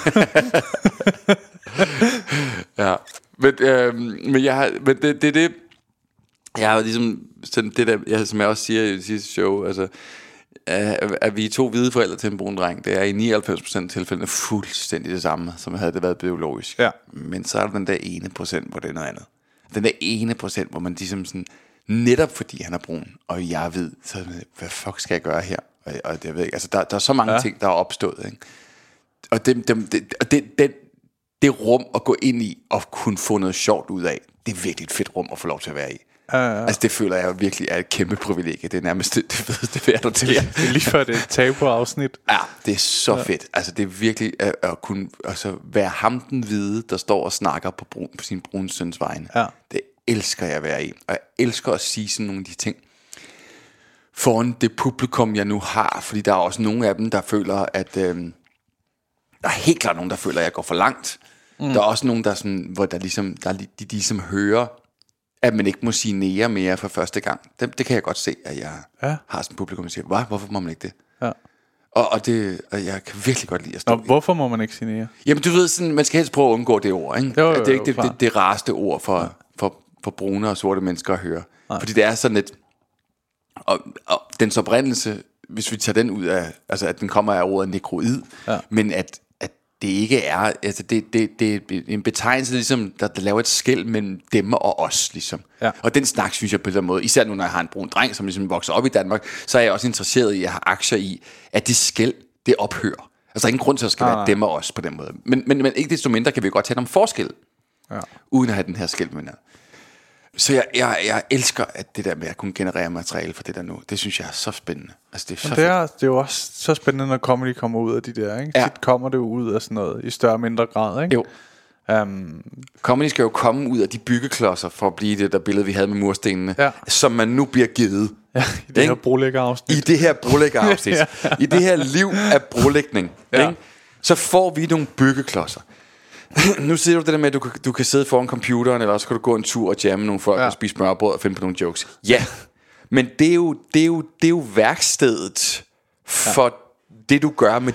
Ja. Men jeg har, men det jeg har ligesom sådan det der, som jeg også siger i det sidste show, altså at vi er 2 hvide forældre til en brun dreng, det er i 99% tilfælde fuldstændig det samme, som havde det været biologisk. Ja. Men så er der den der 1%, hvor det er noget andet. Den der 1%, hvor man ligesom sådan, netop fordi han er brun, og jeg ved, så hvad fuck skal jeg gøre her? Og det ved ikke, altså der er så mange ting, der er opstået, ikke? Og det rum at gå ind i og kunne få noget sjovt ud af, det er virkelig et fedt rum at få lov til at være i. Altså det føler jeg virkelig er et kæmpe privilegie. Det er nærmest det vil jeg til. Det er lige før det er et tabu-afsnit. Ja, det er så fedt. Altså det er virkelig at kunne være ham den hvide, der står og snakker på sin brune søns vegne. Det elsker jeg at være i. Og jeg elsker at sige sådan nogle af de ting foran det publikum jeg nu har. Fordi der er også nogle af dem, der føler at der er helt klart nogen, der føler at jeg går for langt. Der er også nogen, der sådan, hvor der ligesom de ligesom hører, at man ikke må sige nære mere for første gang. Det kan jeg godt se, at jeg har sådan et publikum, der siger, hvorfor må man ikke det? Ja. Og jeg kan virkelig godt lide at stå. Og hvorfor må man ikke sige nære? Jamen du ved, sådan, man skal helst prøve at undgå det ord, ikke? Jo, det er ikke det rareste ord for brune og sorte mennesker at høre. Nej. Fordi det er sådan lidt, og dens oprindelse, hvis vi tager den ud af, altså at den kommer af ordet nekroid, men at det ikke er, altså det er en betegnelse ligesom, der laver et skel mellem dem og os ligesom. Ja. Og den snak synes jeg på den måde, især nu når jeg har en brun dreng, som ligesom vokser op i Danmark, så er jeg også interesseret i at have aktier i, at det skel, det ophører. Altså der er ingen grund til at skal være dem og os på den måde. Men ikke desto mindre kan vi godt tale om forskel, uden at have den her skel med noget. Så jeg elsker at det der med at kunne generere materiale for det der nu. Det synes jeg er så spændende. Altså det er jo også så spændende, når comedy kommer ud af de der, ikke? Ja. Tit kommer det jo ud af sådan noget i større og mindre grad, ikke? Jo. Comedy skal jo komme ud af de byggeklodser for at blive det der billede vi havde med murstenene, som man nu bliver givet. Ja, i det her brolæggerafsnit. I det her brolæggerafsnit. I det her liv af brolægning, ikke? Så får vi nogle byggeklodser. Nu siger du det der med, at du kan sidde foran computeren, eller også kan du gå en tur og jamme nogle folk og spise smørrebrød og finde på nogle jokes. Ja, men det er jo værkstedet for det du gør med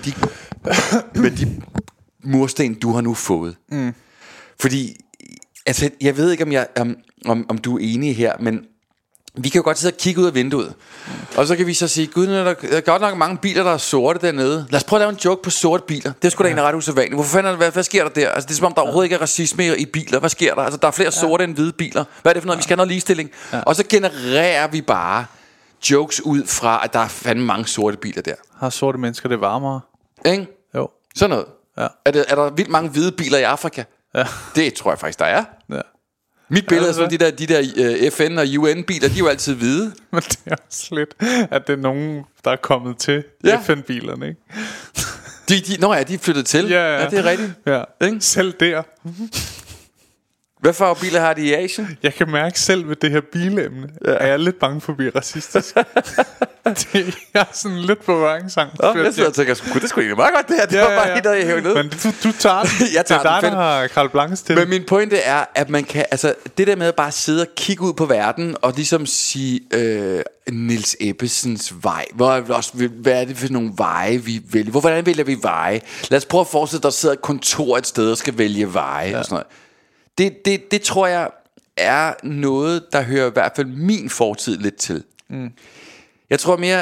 de mursten du har nu fået. Fordi altså jeg ved ikke om du er enig her, men vi kan jo godt sidde og kigge ud af vinduet, og så kan vi så sige, gud, der er godt nok mange biler, der er sorte dernede. Lad os prøve at lave en joke på sorte biler. Det er sgu da egentlig ret usædvanligt. Hvorfor fanden, hvad sker der der? Altså, det er som om, der overhovedet ikke er racisme i biler. Hvad sker der? Altså, der er flere sorte end hvide biler. Hvad er det for noget? Vi skal have noget ligestilling. Og så genererer vi bare jokes ud fra, at der er fandme mange sorte biler der. Har sorte mennesker det varmere? Ikke? Jo. Sådan noget. Ja. Er der vildt mange hvide biler i Afrika? Ja. Det tror jeg faktisk, der er. Ja. Mit billede er sådan, de der FN og UN-biler, de er jo altid hvide. Men det er også lidt, at det er nogen, der er kommet til FN-bilerne, ikke? De er flyttet til. Ja, det er rigtigt. Ja. Ikke? Selv der. Hvad for biler har de i Asien? Jeg kan mærke selv ved det her bilemne, at jeg er lidt bange for at blive racistisk. Jeg er sådan lidt på berøringsangst. Jeg sidder og tænker, det skulle egentlig meget godt det her. Det var bare helt, der jeg hævde ned. Men du tager den. Jeg tager det er dig, der har Carl Blanches til. Men min pointe er, at man kan, altså det der med at bare sidde og kigge ud på verden, og ligesom sige, Niels Ebbesens vej. Hvad er det for nogle veje, vi vælger? Hvordan vælger vi veje? Lad os prøve at forestille, at der sidder et kontor et sted og skal vælge veje og sådan noget. Det tror jeg er noget, der hører i hvert fald min fortid lidt til. Jeg tror mere,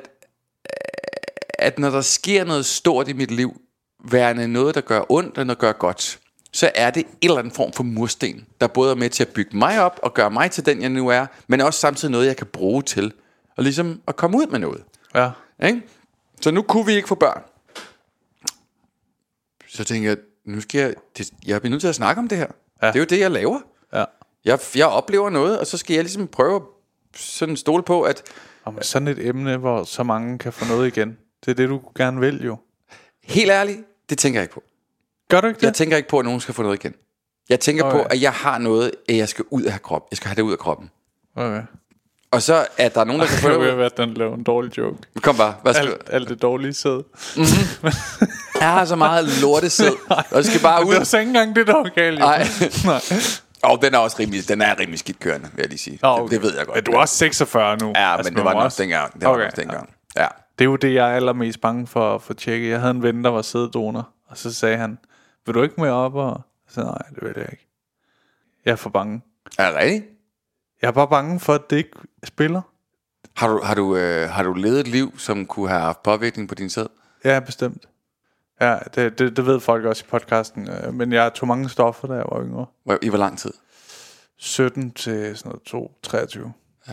at når der sker noget stort i mit liv, værende noget, der gør ondt og noget, der gør godt, så er det en eller anden form for mursten, der både er med til at bygge mig op og gøre mig til den, jeg nu er, men også samtidig noget, jeg kan bruge til og ligesom at komme ud med noget. Ja. Ikke? Så nu kunne vi ikke få børn. Så tænker jeg, jeg bliver nødt til at snakke om det her. Ja. Det er jo det, jeg laver. Ja. Jeg oplever noget, og så skal jeg ligesom prøve at sådan stole på, at sådan et emne, hvor så mange kan få noget igen. Det er det, du gerne vil jo. Helt ærligt, det tænker jeg ikke på. Gør du ikke det? Jeg tænker ikke på, at nogen skal få noget igen. Jeg tænker på, at jeg har noget, at jeg skal ud af kroppen. Jeg skal have det ud af kroppen. Okay. Og så er der nogen, der kan få det ud. Det være, den laver en dårlig joke. Kom bare. Alt det dårlige sæd. Jeg har så meget lortesæd. Og det skal bare ud. Det var så ikke engang det, der var galt. Nej. Og den er også rimelig skidt kørende, vil jeg lige sige. Okay. Det ved jeg godt. Men du er også 46 nu. Ja, men det var også dengang. Det var dengang. Ja. Det er jo det, jeg er allermest bange for at få tjekket. Jeg havde en ven, der var sæddonor, og så sagde han, vil du ikke med op? Og så nej, det vil jeg ikke. Jeg er for bange. Er det rigtigt? Jeg er bare bange for, at det ikke spiller. Har du levet et liv, som kunne have haft påvirkning på din sæd? Ja, bestemt. Ja, det ved folk også i podcasten. Men jeg tog mange stoffer, da jeg var yngre. I hvor lang tid? 17 til sådan noget 23.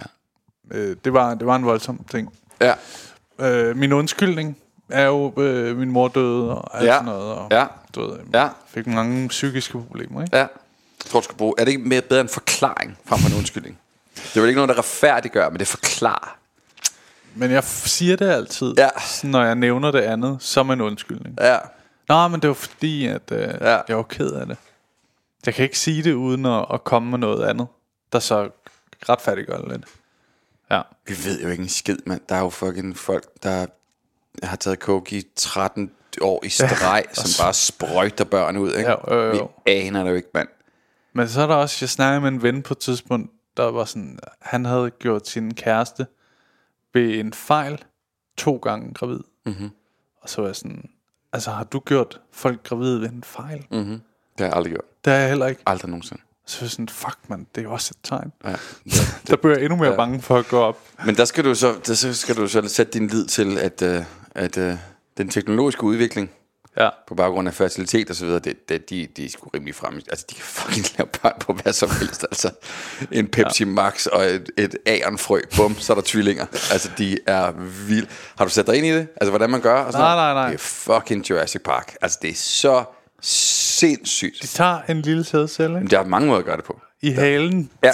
Ja. Det var en voldsom ting. Ja. Min undskyldning er jo min mor døde og alt sådan noget. Og fik mange psykiske problemer, ikke? Ja. Er det ikke mere bedre en forklaring frem for en undskyldning? Det er jo ikke noget, der retfærdiggør, men det forklarer. Men jeg siger det altid, når jeg nævner det andet, som en undskyldning. Ja. Nå, men det var fordi, at jeg var ked af det. Jeg kan ikke sige det uden at komme med noget andet, der så retfærdiggør det lidt. Ja. Vi ved jo ikke en skid, mand. Der er jo fucking folk, der har taget coke i 13 år i streg, som bare sprøjter børn ud, ikke? Vi aner det jo ikke, mand. Men så er der også, jeg snakkede med en ven på et tidspunkt, der var sådan, han havde gjort sin kæreste ved en fejl 2 gange gravid. Og så var jeg sådan, altså har du gjort folk gravide ved en fejl? Det har jeg aldrig gjort. Det har jeg heller ikke. Aldrig nogensinde. Så var jeg sådan, fuck man, det er jo også et tegn. Ja. Der bliver jeg endnu mere bange for at gå op. Men der skal du så sætte din lid til, at den teknologiske udvikling, på baggrund af fertilitet og så videre, de er sgu rimelig fremme. Altså de kan fucking lave børn på hvad som helst. Altså en Pepsi Max og et ærenfrø, bum, så er der tvillinger. Altså de er vilde. Har du sat dig ind i det? Altså hvordan man gør? Og nej. Det er fucking Jurassic Park. Altså det er så sindssygt. De tager en lille sædcelle. Men der er mange måder at gøre det på. I halen. Ja,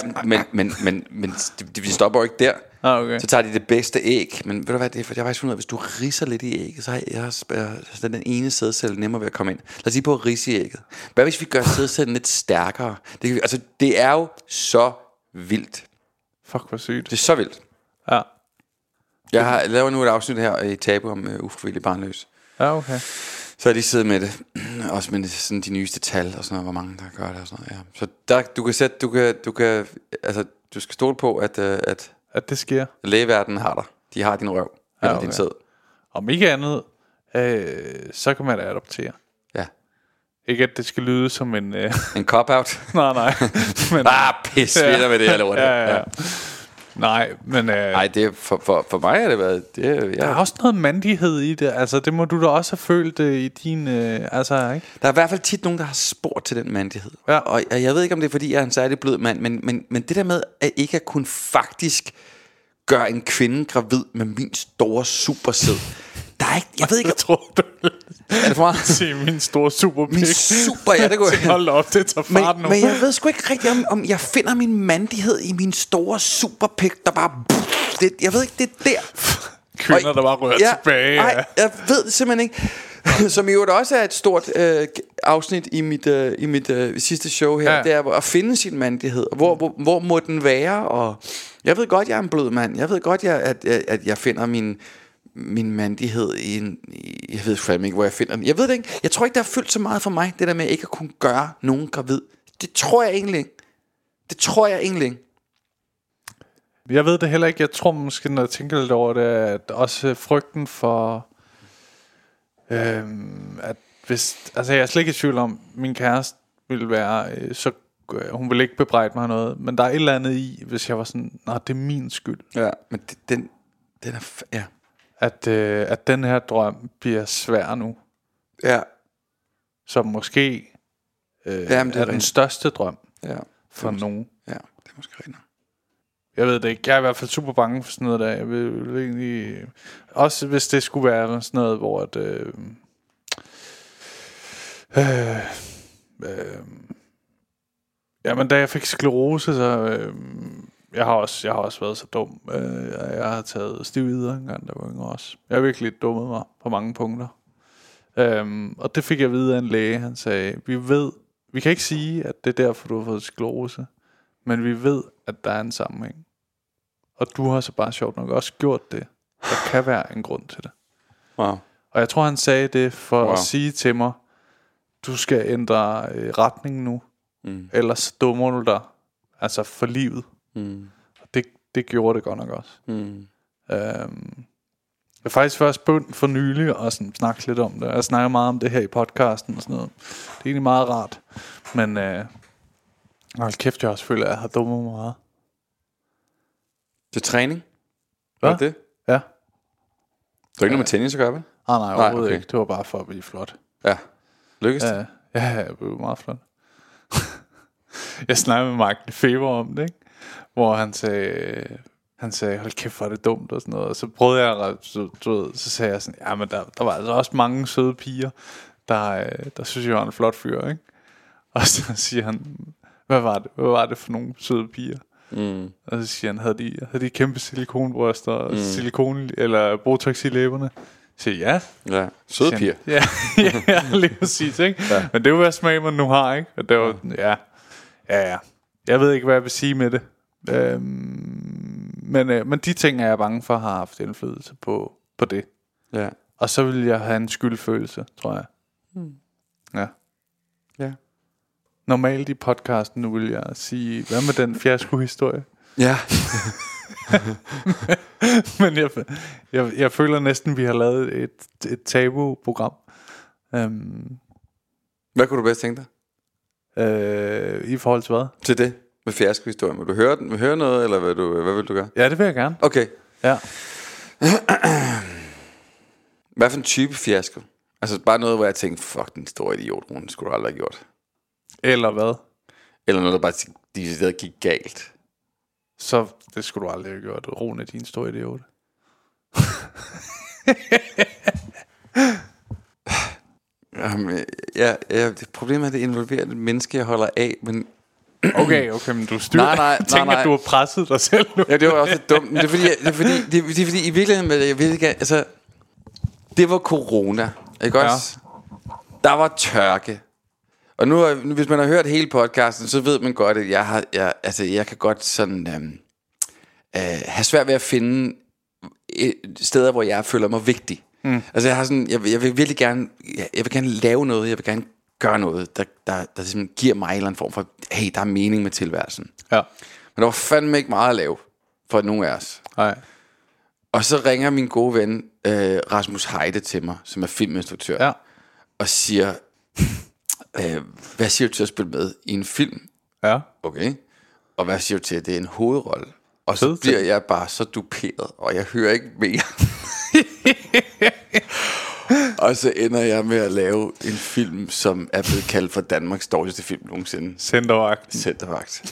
men de stopper jo ikke der. Okay. Så tager de det bedste æg. Men ved du hvad, det er, for jeg har faktisk fundet ud af, hvis du ridser lidt i ægget, så har den ene sædcelle nemmere ved at komme ind. Lad os sige på at ridse i ægget. Hvad hvis vi gør sædcellen lidt stærkere? Det er jo så vildt. Fuck, hvor sygt. Det er så vildt. Ja. Jeg har lavet nu et afsnit her i Tabu om ufrivillig barnløs. Ja, okay. Så har de siddet med det. Også med sådan de nyeste tal og sådan noget, hvor mange der gør det og sådan noget. Ja. Så der, du skal stole på, at det sker. Lægeverdenen har dig. De har din røv. Eller din sæd. Om ikke andet, så kan man adoptere. Ja. Ikke at det skal lyde som en en cop-out. nej. Men pis videre med det her lort. Ja. Nej, men... Nej, det er for mig har det været... Der er også noget mandighed i det. Altså, det må du da også have følt i din... altså, ikke? Der er i hvert fald tit nogen, der har spurgt til den mandighed. Ja. Og jeg ved ikke, om det er, fordi jeg er en særlig blød mand, men det der med, at ikke at kunne faktisk gøre en kvinde gravid med min store supersæd... Der er ikke... Jeg ved ikke... Jeg tror, du... Er det for meget? Se min store superpik. Min super... Ja, det går jeg. Hold op, det tager fart nu. Men jeg ved sgu ikke rigtigt, om jeg finder min mandighed i min store superpik, der bare... jeg ved ikke, det er der. Kvinder, der bare rører tilbage. Nej, jeg ved det simpelthen ikke. Som jo også er et stort afsnit i mit sidste show her. Ja. Det er at finde sin mandighed. Hvor må den være? Og jeg ved godt, jeg er en blød mand. Jeg ved godt, at jeg finder min mandighed i en... Jeg ved fandme ikke, hvor jeg finder den. Jeg ved det ikke. Jeg tror ikke, det har fyldt så meget for mig, det der med ikke at kunne gøre nogen gravid. Det tror jeg egentlig ikke. Jeg ved det heller ikke. Jeg tror måske, når jeg tænker lidt over det, at også frygten for... at hvis... Altså, jeg er slet ikke i tvivl om, min kæreste ville være... så hun ville ikke bebrejde mig noget. Men der er et eller andet i, hvis jeg var sådan... Nå, det er min skyld. Ja, men den er... Ja. At den her drøm bliver svær nu. Ja. Som måske er den største drøm for nogen. Ja, det er måske rigtigt. Jeg ved det ikke. Jeg er i hvert fald super bange for sådan noget der. Jeg vil egentlig... Også hvis det skulle være sådan noget, hvor at... Jamen, da jeg fik sklerose, så... Jeg har også været så dum. Jeg har taget stivvidere engang, der var yngre også. Jeg har virkelig dummet mig på mange punkter. Og det fik jeg at vide af en læge. Han sagde, vi kan ikke sige, at det er derfor, du har fået sklerose, men vi ved, at der er en sammenhæng. Og du har så bare sjovt nok også gjort det. Der kan være en grund til det. Wow. Og jeg tror, han sagde det for at sige til mig, du skal ændre retning nu, ellers dummer du dig. Altså for livet. Og det gjorde det godt nok også. Jeg er faktisk først begyndt for nylig og sådan snakke lidt om det. Jeg snakker meget om det her i podcasten og sådan noget. Det er egentlig meget rart. Men hold kæft, jeg også føler, at jeg har dummet mig meget. Til træning? Hvad? Var det? Ja. Det er ikke noget med tennis at gøre, vel? Nej, overhovedet ikke. Det var bare for at blive flot. Ja. Lykkes det? Ja, jeg blev meget flot. Jeg snakkede med Mark Lefebvre om det, ikke? Hvor han sagde, hold kæft, hvor er det dumt og sådan noget. Og så prøvede jeg, så sagde jeg sådan, ja, men der var altså også mange søde piger, der synes jeg var en flot fyr, ikke? Og så siger han, hvad var det for nogle søde piger? Og så siger han, havde de kæmpe silikonbryster og silikon eller botox i læberne? Så ja. Ja, søde piger. Ja, lige præcis, ikke? Ja. Men det er jo hvad smag man nu har, ikke? Og det var, ja. Jeg ved ikke, hvad jeg vil sige med det. Men de ting er jeg bange for har haft indflydelse på det. Ja. Og så vil jeg have en skyldfølelse, tror jeg. Ja. Normalt i podcasten nu vil jeg sige, hvad med den fiasko-historie? Ja. Men jeg føler næsten, vi har lavet et tabu-program. Hvad kunne du bedst tænke dig? I forhold til hvad? Til det med fiasko-historien. Vil du høre den? Vil du høre noget, eller hvad vil du gøre? Ja, det vil jeg gerne. Okay. Ja. Hvad for en type fiasko? Altså bare noget, hvor jeg tænkte, fuck, den store idiot, Rune, skulle du aldrig have gjort. Eller hvad? Eller noget, der bare der gik galt. Så det skulle du aldrig have gjort. Rune, din store idiot. Problemet er, at det involverer et menneske, jeg holder af, men... Okay, men du styrer. Nej. Tænker, du har presset dig selv nu. Ja, det var også lidt dumt. Det er fordi i virkeligheden, jeg ved ikke, altså, det var corona, ikke også? Der var tørke. Og nu, hvis man har hørt hele podcasten, så ved man godt, at jeg kan godt sådan have svært ved at finde steder, hvor jeg føler mig vigtig. Altså jeg har sådan, jeg vil virkelig gerne, jeg vil gerne lave noget, jeg vil gerne gøre noget, der simpelthen giver mig en eller anden form for, hey, der er mening med tilværelsen. Ja. Men der var fandme ikke meget at lave for nogen af os. Nej. Og så ringer min gode ven Rasmus Heide til mig, som er filminstruktør, og siger, hvad siger du til at spille med i en film? Ja. Okay. Og hvad siger du til, at det er en hovedrolle? Og så bliver jeg bare så duperet, og jeg hører ikke mere. Og så ender jeg med at lave en film, som er blevet kaldt for Danmarks dårligste film nogensinde. Centervagt.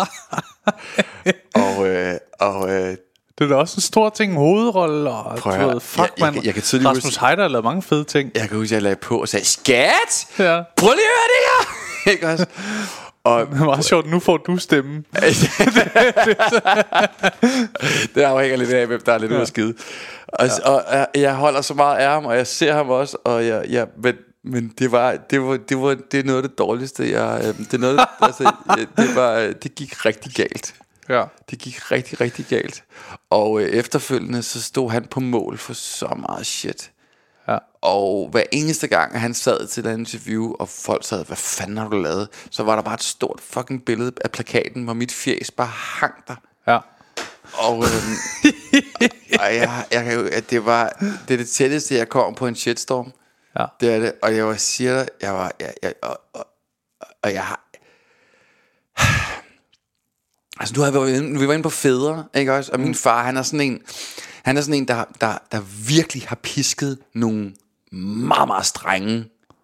Det er da også en stor ting, hovedrolle. Og jeg kan tydeligt Rasmus Heider har lavet mange fede ting. Jeg kan huske, at jeg lagde på og sagde, skat! Ja. Prøv lige at høre det her! Ikke også? Og det er meget sjovt, nu får du stemme. Det afhænger lidt af, hvem der er lidt ude at skide. Og jeg holder så meget af ham, og jeg ser ham også, og men det er noget af det dårligste. Det gik rigtig galt. Ja. Det gik rigtig, rigtig galt. Og efterfølgende så stod han på mål for så meget shit. Ja. Og hver eneste gang han sad til et interview, og folk sad, hvad fanden har du lavet? Så var der bare et stort fucking billede af plakaten, hvor mit fjes bare hang der. Ja. Og, og jeg kan jo, at det er det tætteste, jeg kom på en shitstorm. Ja. Det er det. Og jeg siger dig, jeg har... Altså vi var inde på fædre, ikke også? Og min far, han er sådan en, der virkelig har pisket nogle meget, meget strenge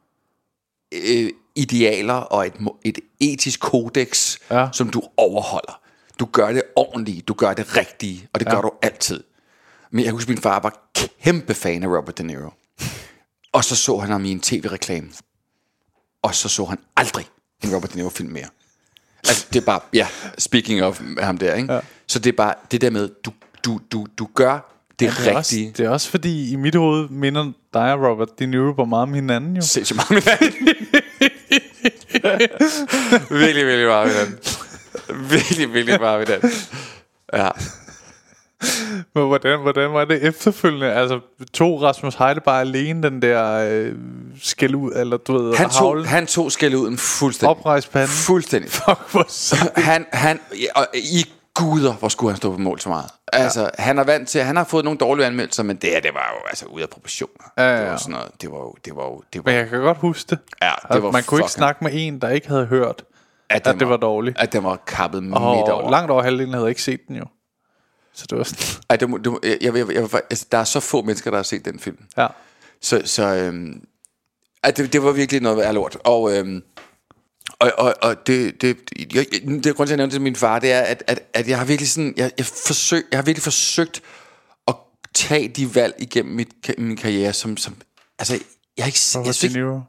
idealer og et etisk kodex, som du overholder. Du gør det ordentligt, du gør det rigtige, og det gør du altid. Men jeg husker, min far var kæmpe fan af Robert De Niro. Og så han ham i en tv-reklame. Og så han aldrig en Robert De Niro-film mere. Altså, det er bare, speaking of ham der, ikke? Ja. Så det er bare det der med, du gør det rigtige. Det er også fordi, i mit hoved minder dig og Robert De Niro på meget om hinanden, jo. Så meget om hinanden. Virkelig, virkelig meget om hinanden. Virkelig, virkelig meget om hinanden. Ja. Men hvordan var det efterfølgende? Altså, tog Rasmus Heide bare alene den der skæld ud, eller du ved, han tog skæld uden fuldstændig. Oprejst panden. Fuldstændig. Fuck, hvor han i guder, hvor skulle han stå på mål så meget. Altså, han er vant til, han har fået nogle dårlige anmeldelser, men det var jo altså ude af proportioner. Ja. Det var sådan noget, det var. Men jeg kan godt huske det. Ja, det var man kunne ikke snakke med en, der ikke havde hørt, at det var dårligt. At den var kappet midt over. Langt over halvdelen havde ikke set den jo. Så det var sådan. Altså, der er så få mennesker, der har set den film. Ja. Det var virkelig noget af lort. Og det grund til at nævne til min far, det er at jeg har virkelig sådan jeg har virkelig forsøgt at tage de valg igennem min karriere som altså jeg har ikke synes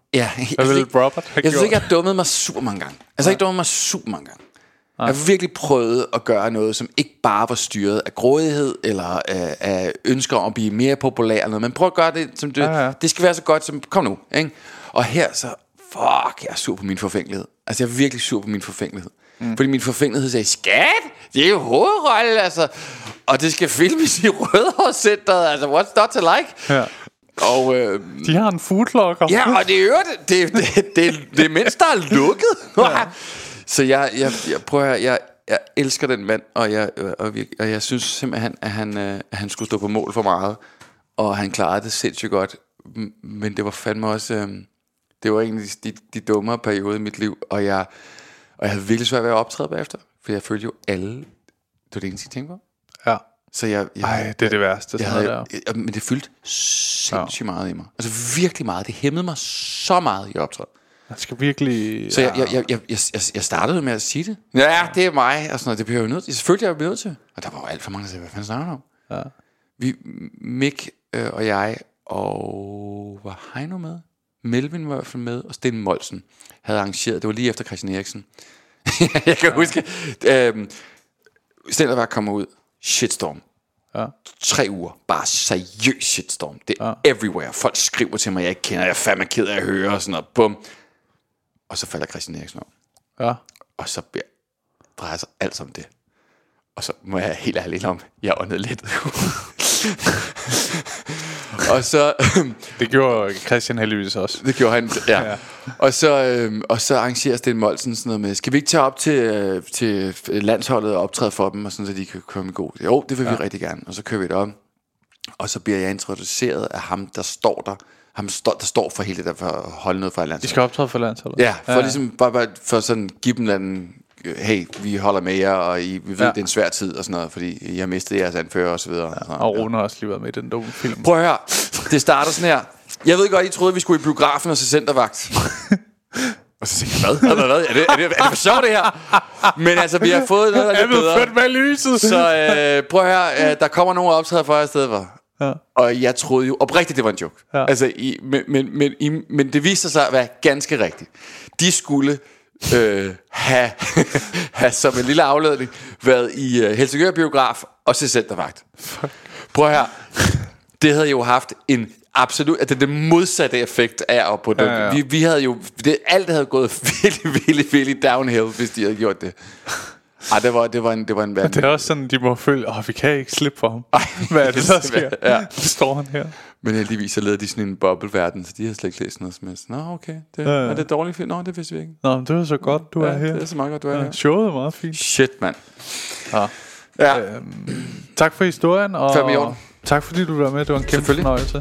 ikke jeg har dummet mig super mange gange. Altså ikke dummet mig super mange gange. Jeg har virkelig prøvet at gøre noget, som ikke bare var styret af grådighed eller af ønsker om at blive mere populær eller noget. Men prøv at gøre det, som det skal være så godt som, kom nu, ikke? Og her så, jeg er sur på min forfængelighed. Altså jeg er virkelig sur på min forfængelighed. Fordi min forfængelighed sagde, skat, det er jo hovedrolle, altså. Og det skal filmes i Rødovre-centret, altså what's not to like? Ja. Og, de har en foodlocker. Ja, og det mindst der er lukket. Ja. Så jeg prøver, jeg elsker den mand, og jeg synes simpelthen, at han skulle stå på mål for meget, og han klarede det sindssygt godt. Men det var fandme også, det var egentlig de dummere perioder i mit liv, og jeg havde virkelig svært ved at optræde bagefter, for jeg følte jo alle, det var det eneste, jeg tænkte på. Ja. Så det er det værste. Men det fyldte sindssygt meget i mig. Altså virkelig meget. Det hæmmede mig så meget i optræden. Jeg skal virkelig... Så jeg startede med at sige det. Ja, det er mig. Og sådan noget. Det bliver jo nødt til. Selvfølgelig er jeg nødt til. Og der var jo alt for mange, der sagde, hvad fanden snakker du om? Ja. Mick og jeg, og var Heino med? Melvin var i hvert fald med, og Sten Molsen havde arrangeret. Det var lige efter Christian Eriksen. Jeg kan huske, Sten var kommer ud. Shitstorm. Ja. 3 uger. Bare seriøs shitstorm. Det er everywhere. Folk skriver til mig, jeg ikke kender. Jeg er fandme ked af at høre og sådan noget. Bum. Og så falder Christian Eriksen om. Ja. Og så drejer sig alt om det. Og så må jeg helt ærligt om, jeg åndede lidt. Og så det gjorde Christian heldigvis også. Det gjorde han, ja. Og så arrangerer Sten Molsen sådan noget med, skal vi ikke tage op til landsholdet og optræde for dem, og sådan, så de kan komme i god. Jo, det vil vi rigtig gerne. Og så kører vi det op. Og så bliver jeg introduceret af ham, der står der. Ham, der står for hele det der, for at holde noget fra landsholdet. De skal optræde for landsholdet. Ja, for ligesom bare for sådan give dem en hey, vi holder med jer, og vi ved, det er en svær tid og sådan noget, fordi I har mistet jeres anfører og så videre. Og Rune har også lige været med i den dumme film. Prøv at høre, det starter sådan her. Jeg ved godt, I troede, vi skulle i biografen og se Centervagt. Og så tænker jeg, hvad? Er det for sjovt det her? Men altså, vi har fået noget, der er lidt bedre. Jeg er blevet fedt med lyset. Så prøv at høre, der kommer nogle optræder for jer i stedet for. Ja. Og jeg troede jo oprigtigt, det var en joke. Ja. Altså, men det viste sig at være ganske rigtigt. De skulle have som en lille afledning været i Helsingør Biograf og se Centervagt. Prøv at høre. Det havde jo haft en absolut, at det modsatte effekt af at produkt. Ja. Vi havde jo alt havde gået virkelig downhill, hvis de havde gjort det. Ej, det var en verden. Det er også sådan, de må føle, vi kan ikke slippe for ham. Hvad er det, der sker? Ja. Det står han her. Men heldigvis så lavede de sådan en bobleverden, så de har slet ikke læst noget som helst. Nå, okay. Er det dårligt film? Nå, det vidste vi ikke. Nå, det var så godt, du er her. Det er så meget godt, du er her. Showet er meget fint. Shit, mand. Ja. Tak for historien, og tak fordi du var med. Det var en kæmpe fornøjelse.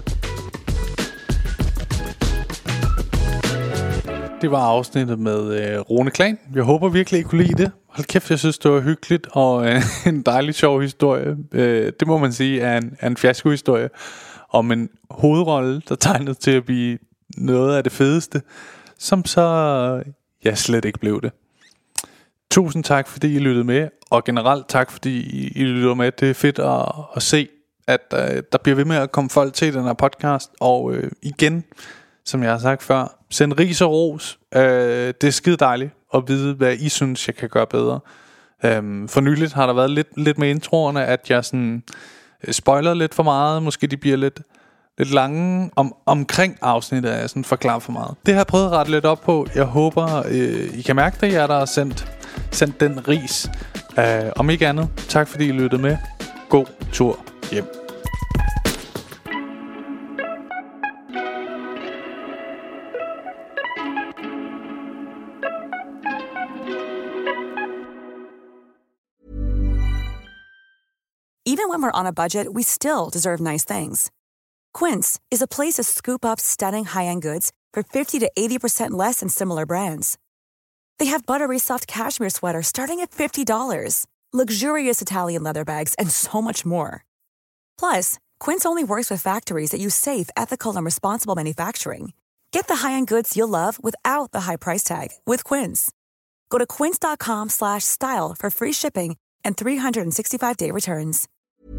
Det var afsnittet med Rune Klan. Jeg håber virkelig, I kunne lide det. Hold kæft, jeg synes, det var hyggeligt og en dejlig sjov historie. Det må man sige er en fiasko-historie om en hovedrolle, der tegnede til at blive noget af det fedeste, som så slet ikke blev det. Tusind tak, fordi I lyttede med, og generelt tak, fordi I lytter med. Det er fedt at se, at der bliver ved med at komme folk til den her podcast, og igen, som jeg har sagt før, send ris og ros. Det er skide dejligt at vide, hvad I synes, jeg kan gøre bedre. For nyligt har der været lidt med introerne, at jeg sådan spoiler lidt for meget. Måske de bliver lidt lange omkring afsnittet, at jeg sådan forklarer for meget. Det har jeg prøvet at rette lidt op på. Jeg håber, I kan mærke det, jer der har sendt den ris. Om ikke andet, tak fordi I lyttede med. God tur hjem. Even when we're on a budget, we still deserve nice things. Quince is a place to scoop up stunning high-end goods for 50 to 80% less than similar brands. They have buttery soft cashmere sweaters starting at $50, luxurious Italian leather bags, and so much more. Plus, Quince only works with factories that use safe, ethical, and responsible manufacturing. Get the high-end goods you'll love without the high price tag with Quince. Go to quince.com/style for free shipping and 365-day returns.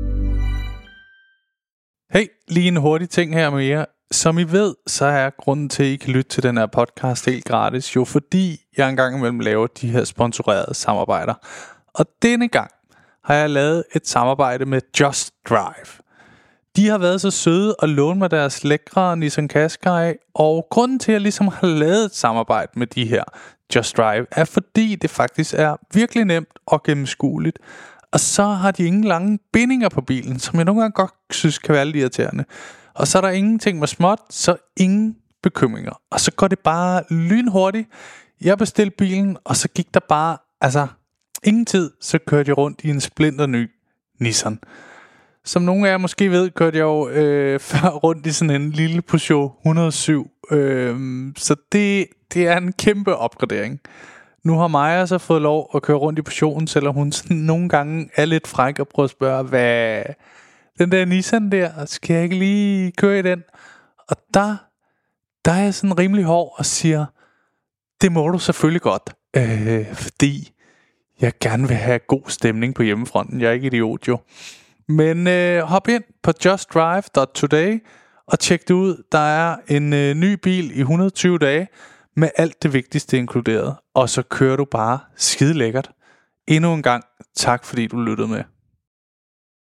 Hey, lige en hurtig ting her med jer. Som I ved, så er grunden til, at I kan lytte til den her podcast helt gratis, jo fordi jeg engang imellem laver de her sponsorerede samarbejder. Og denne gang har jeg lavet et samarbejde med Just Drive. De har været så søde at låne mig deres lækre Nissan Qashqai, og grunden til, at jeg ligesom har lavet et samarbejde med de her Just Drive, er fordi det faktisk er virkelig nemt og gennemskueligt. Og så har de ingen lange bindinger på bilen, som jeg nogle gange godt synes kan være lidt irriterende. Og så er der ingenting med småt, så ingen bekymringer. Og så går det bare lynhurtigt. Jeg bestilte bilen, og så gik der bare, ingen tid, så kørte jeg rundt i en splinter ny Nissan. Som nogle af jer måske ved, kørte jeg jo før rundt i sådan en lille Peugeot 107. Så det er en kæmpe opgradering. Nu har Maja så fået lov at køre rundt i Peugeoten, selvom hun sådan nogle gange er lidt fræk og prøver at spørge, hvad den der Nissan der, skal jeg ikke lige køre i den? Og der er jeg sådan rimelig hård og siger, det må du selvfølgelig godt, fordi jeg gerne vil have god stemning på hjemmefronten. Jeg er ikke idiot jo. Men hop ind på justdrive.today og tjek det ud. Der er en ny bil i 120 dage med alt det vigtigste inkluderet. Og så kører du bare skide lækkert. Endnu en gang, tak fordi du lyttede med.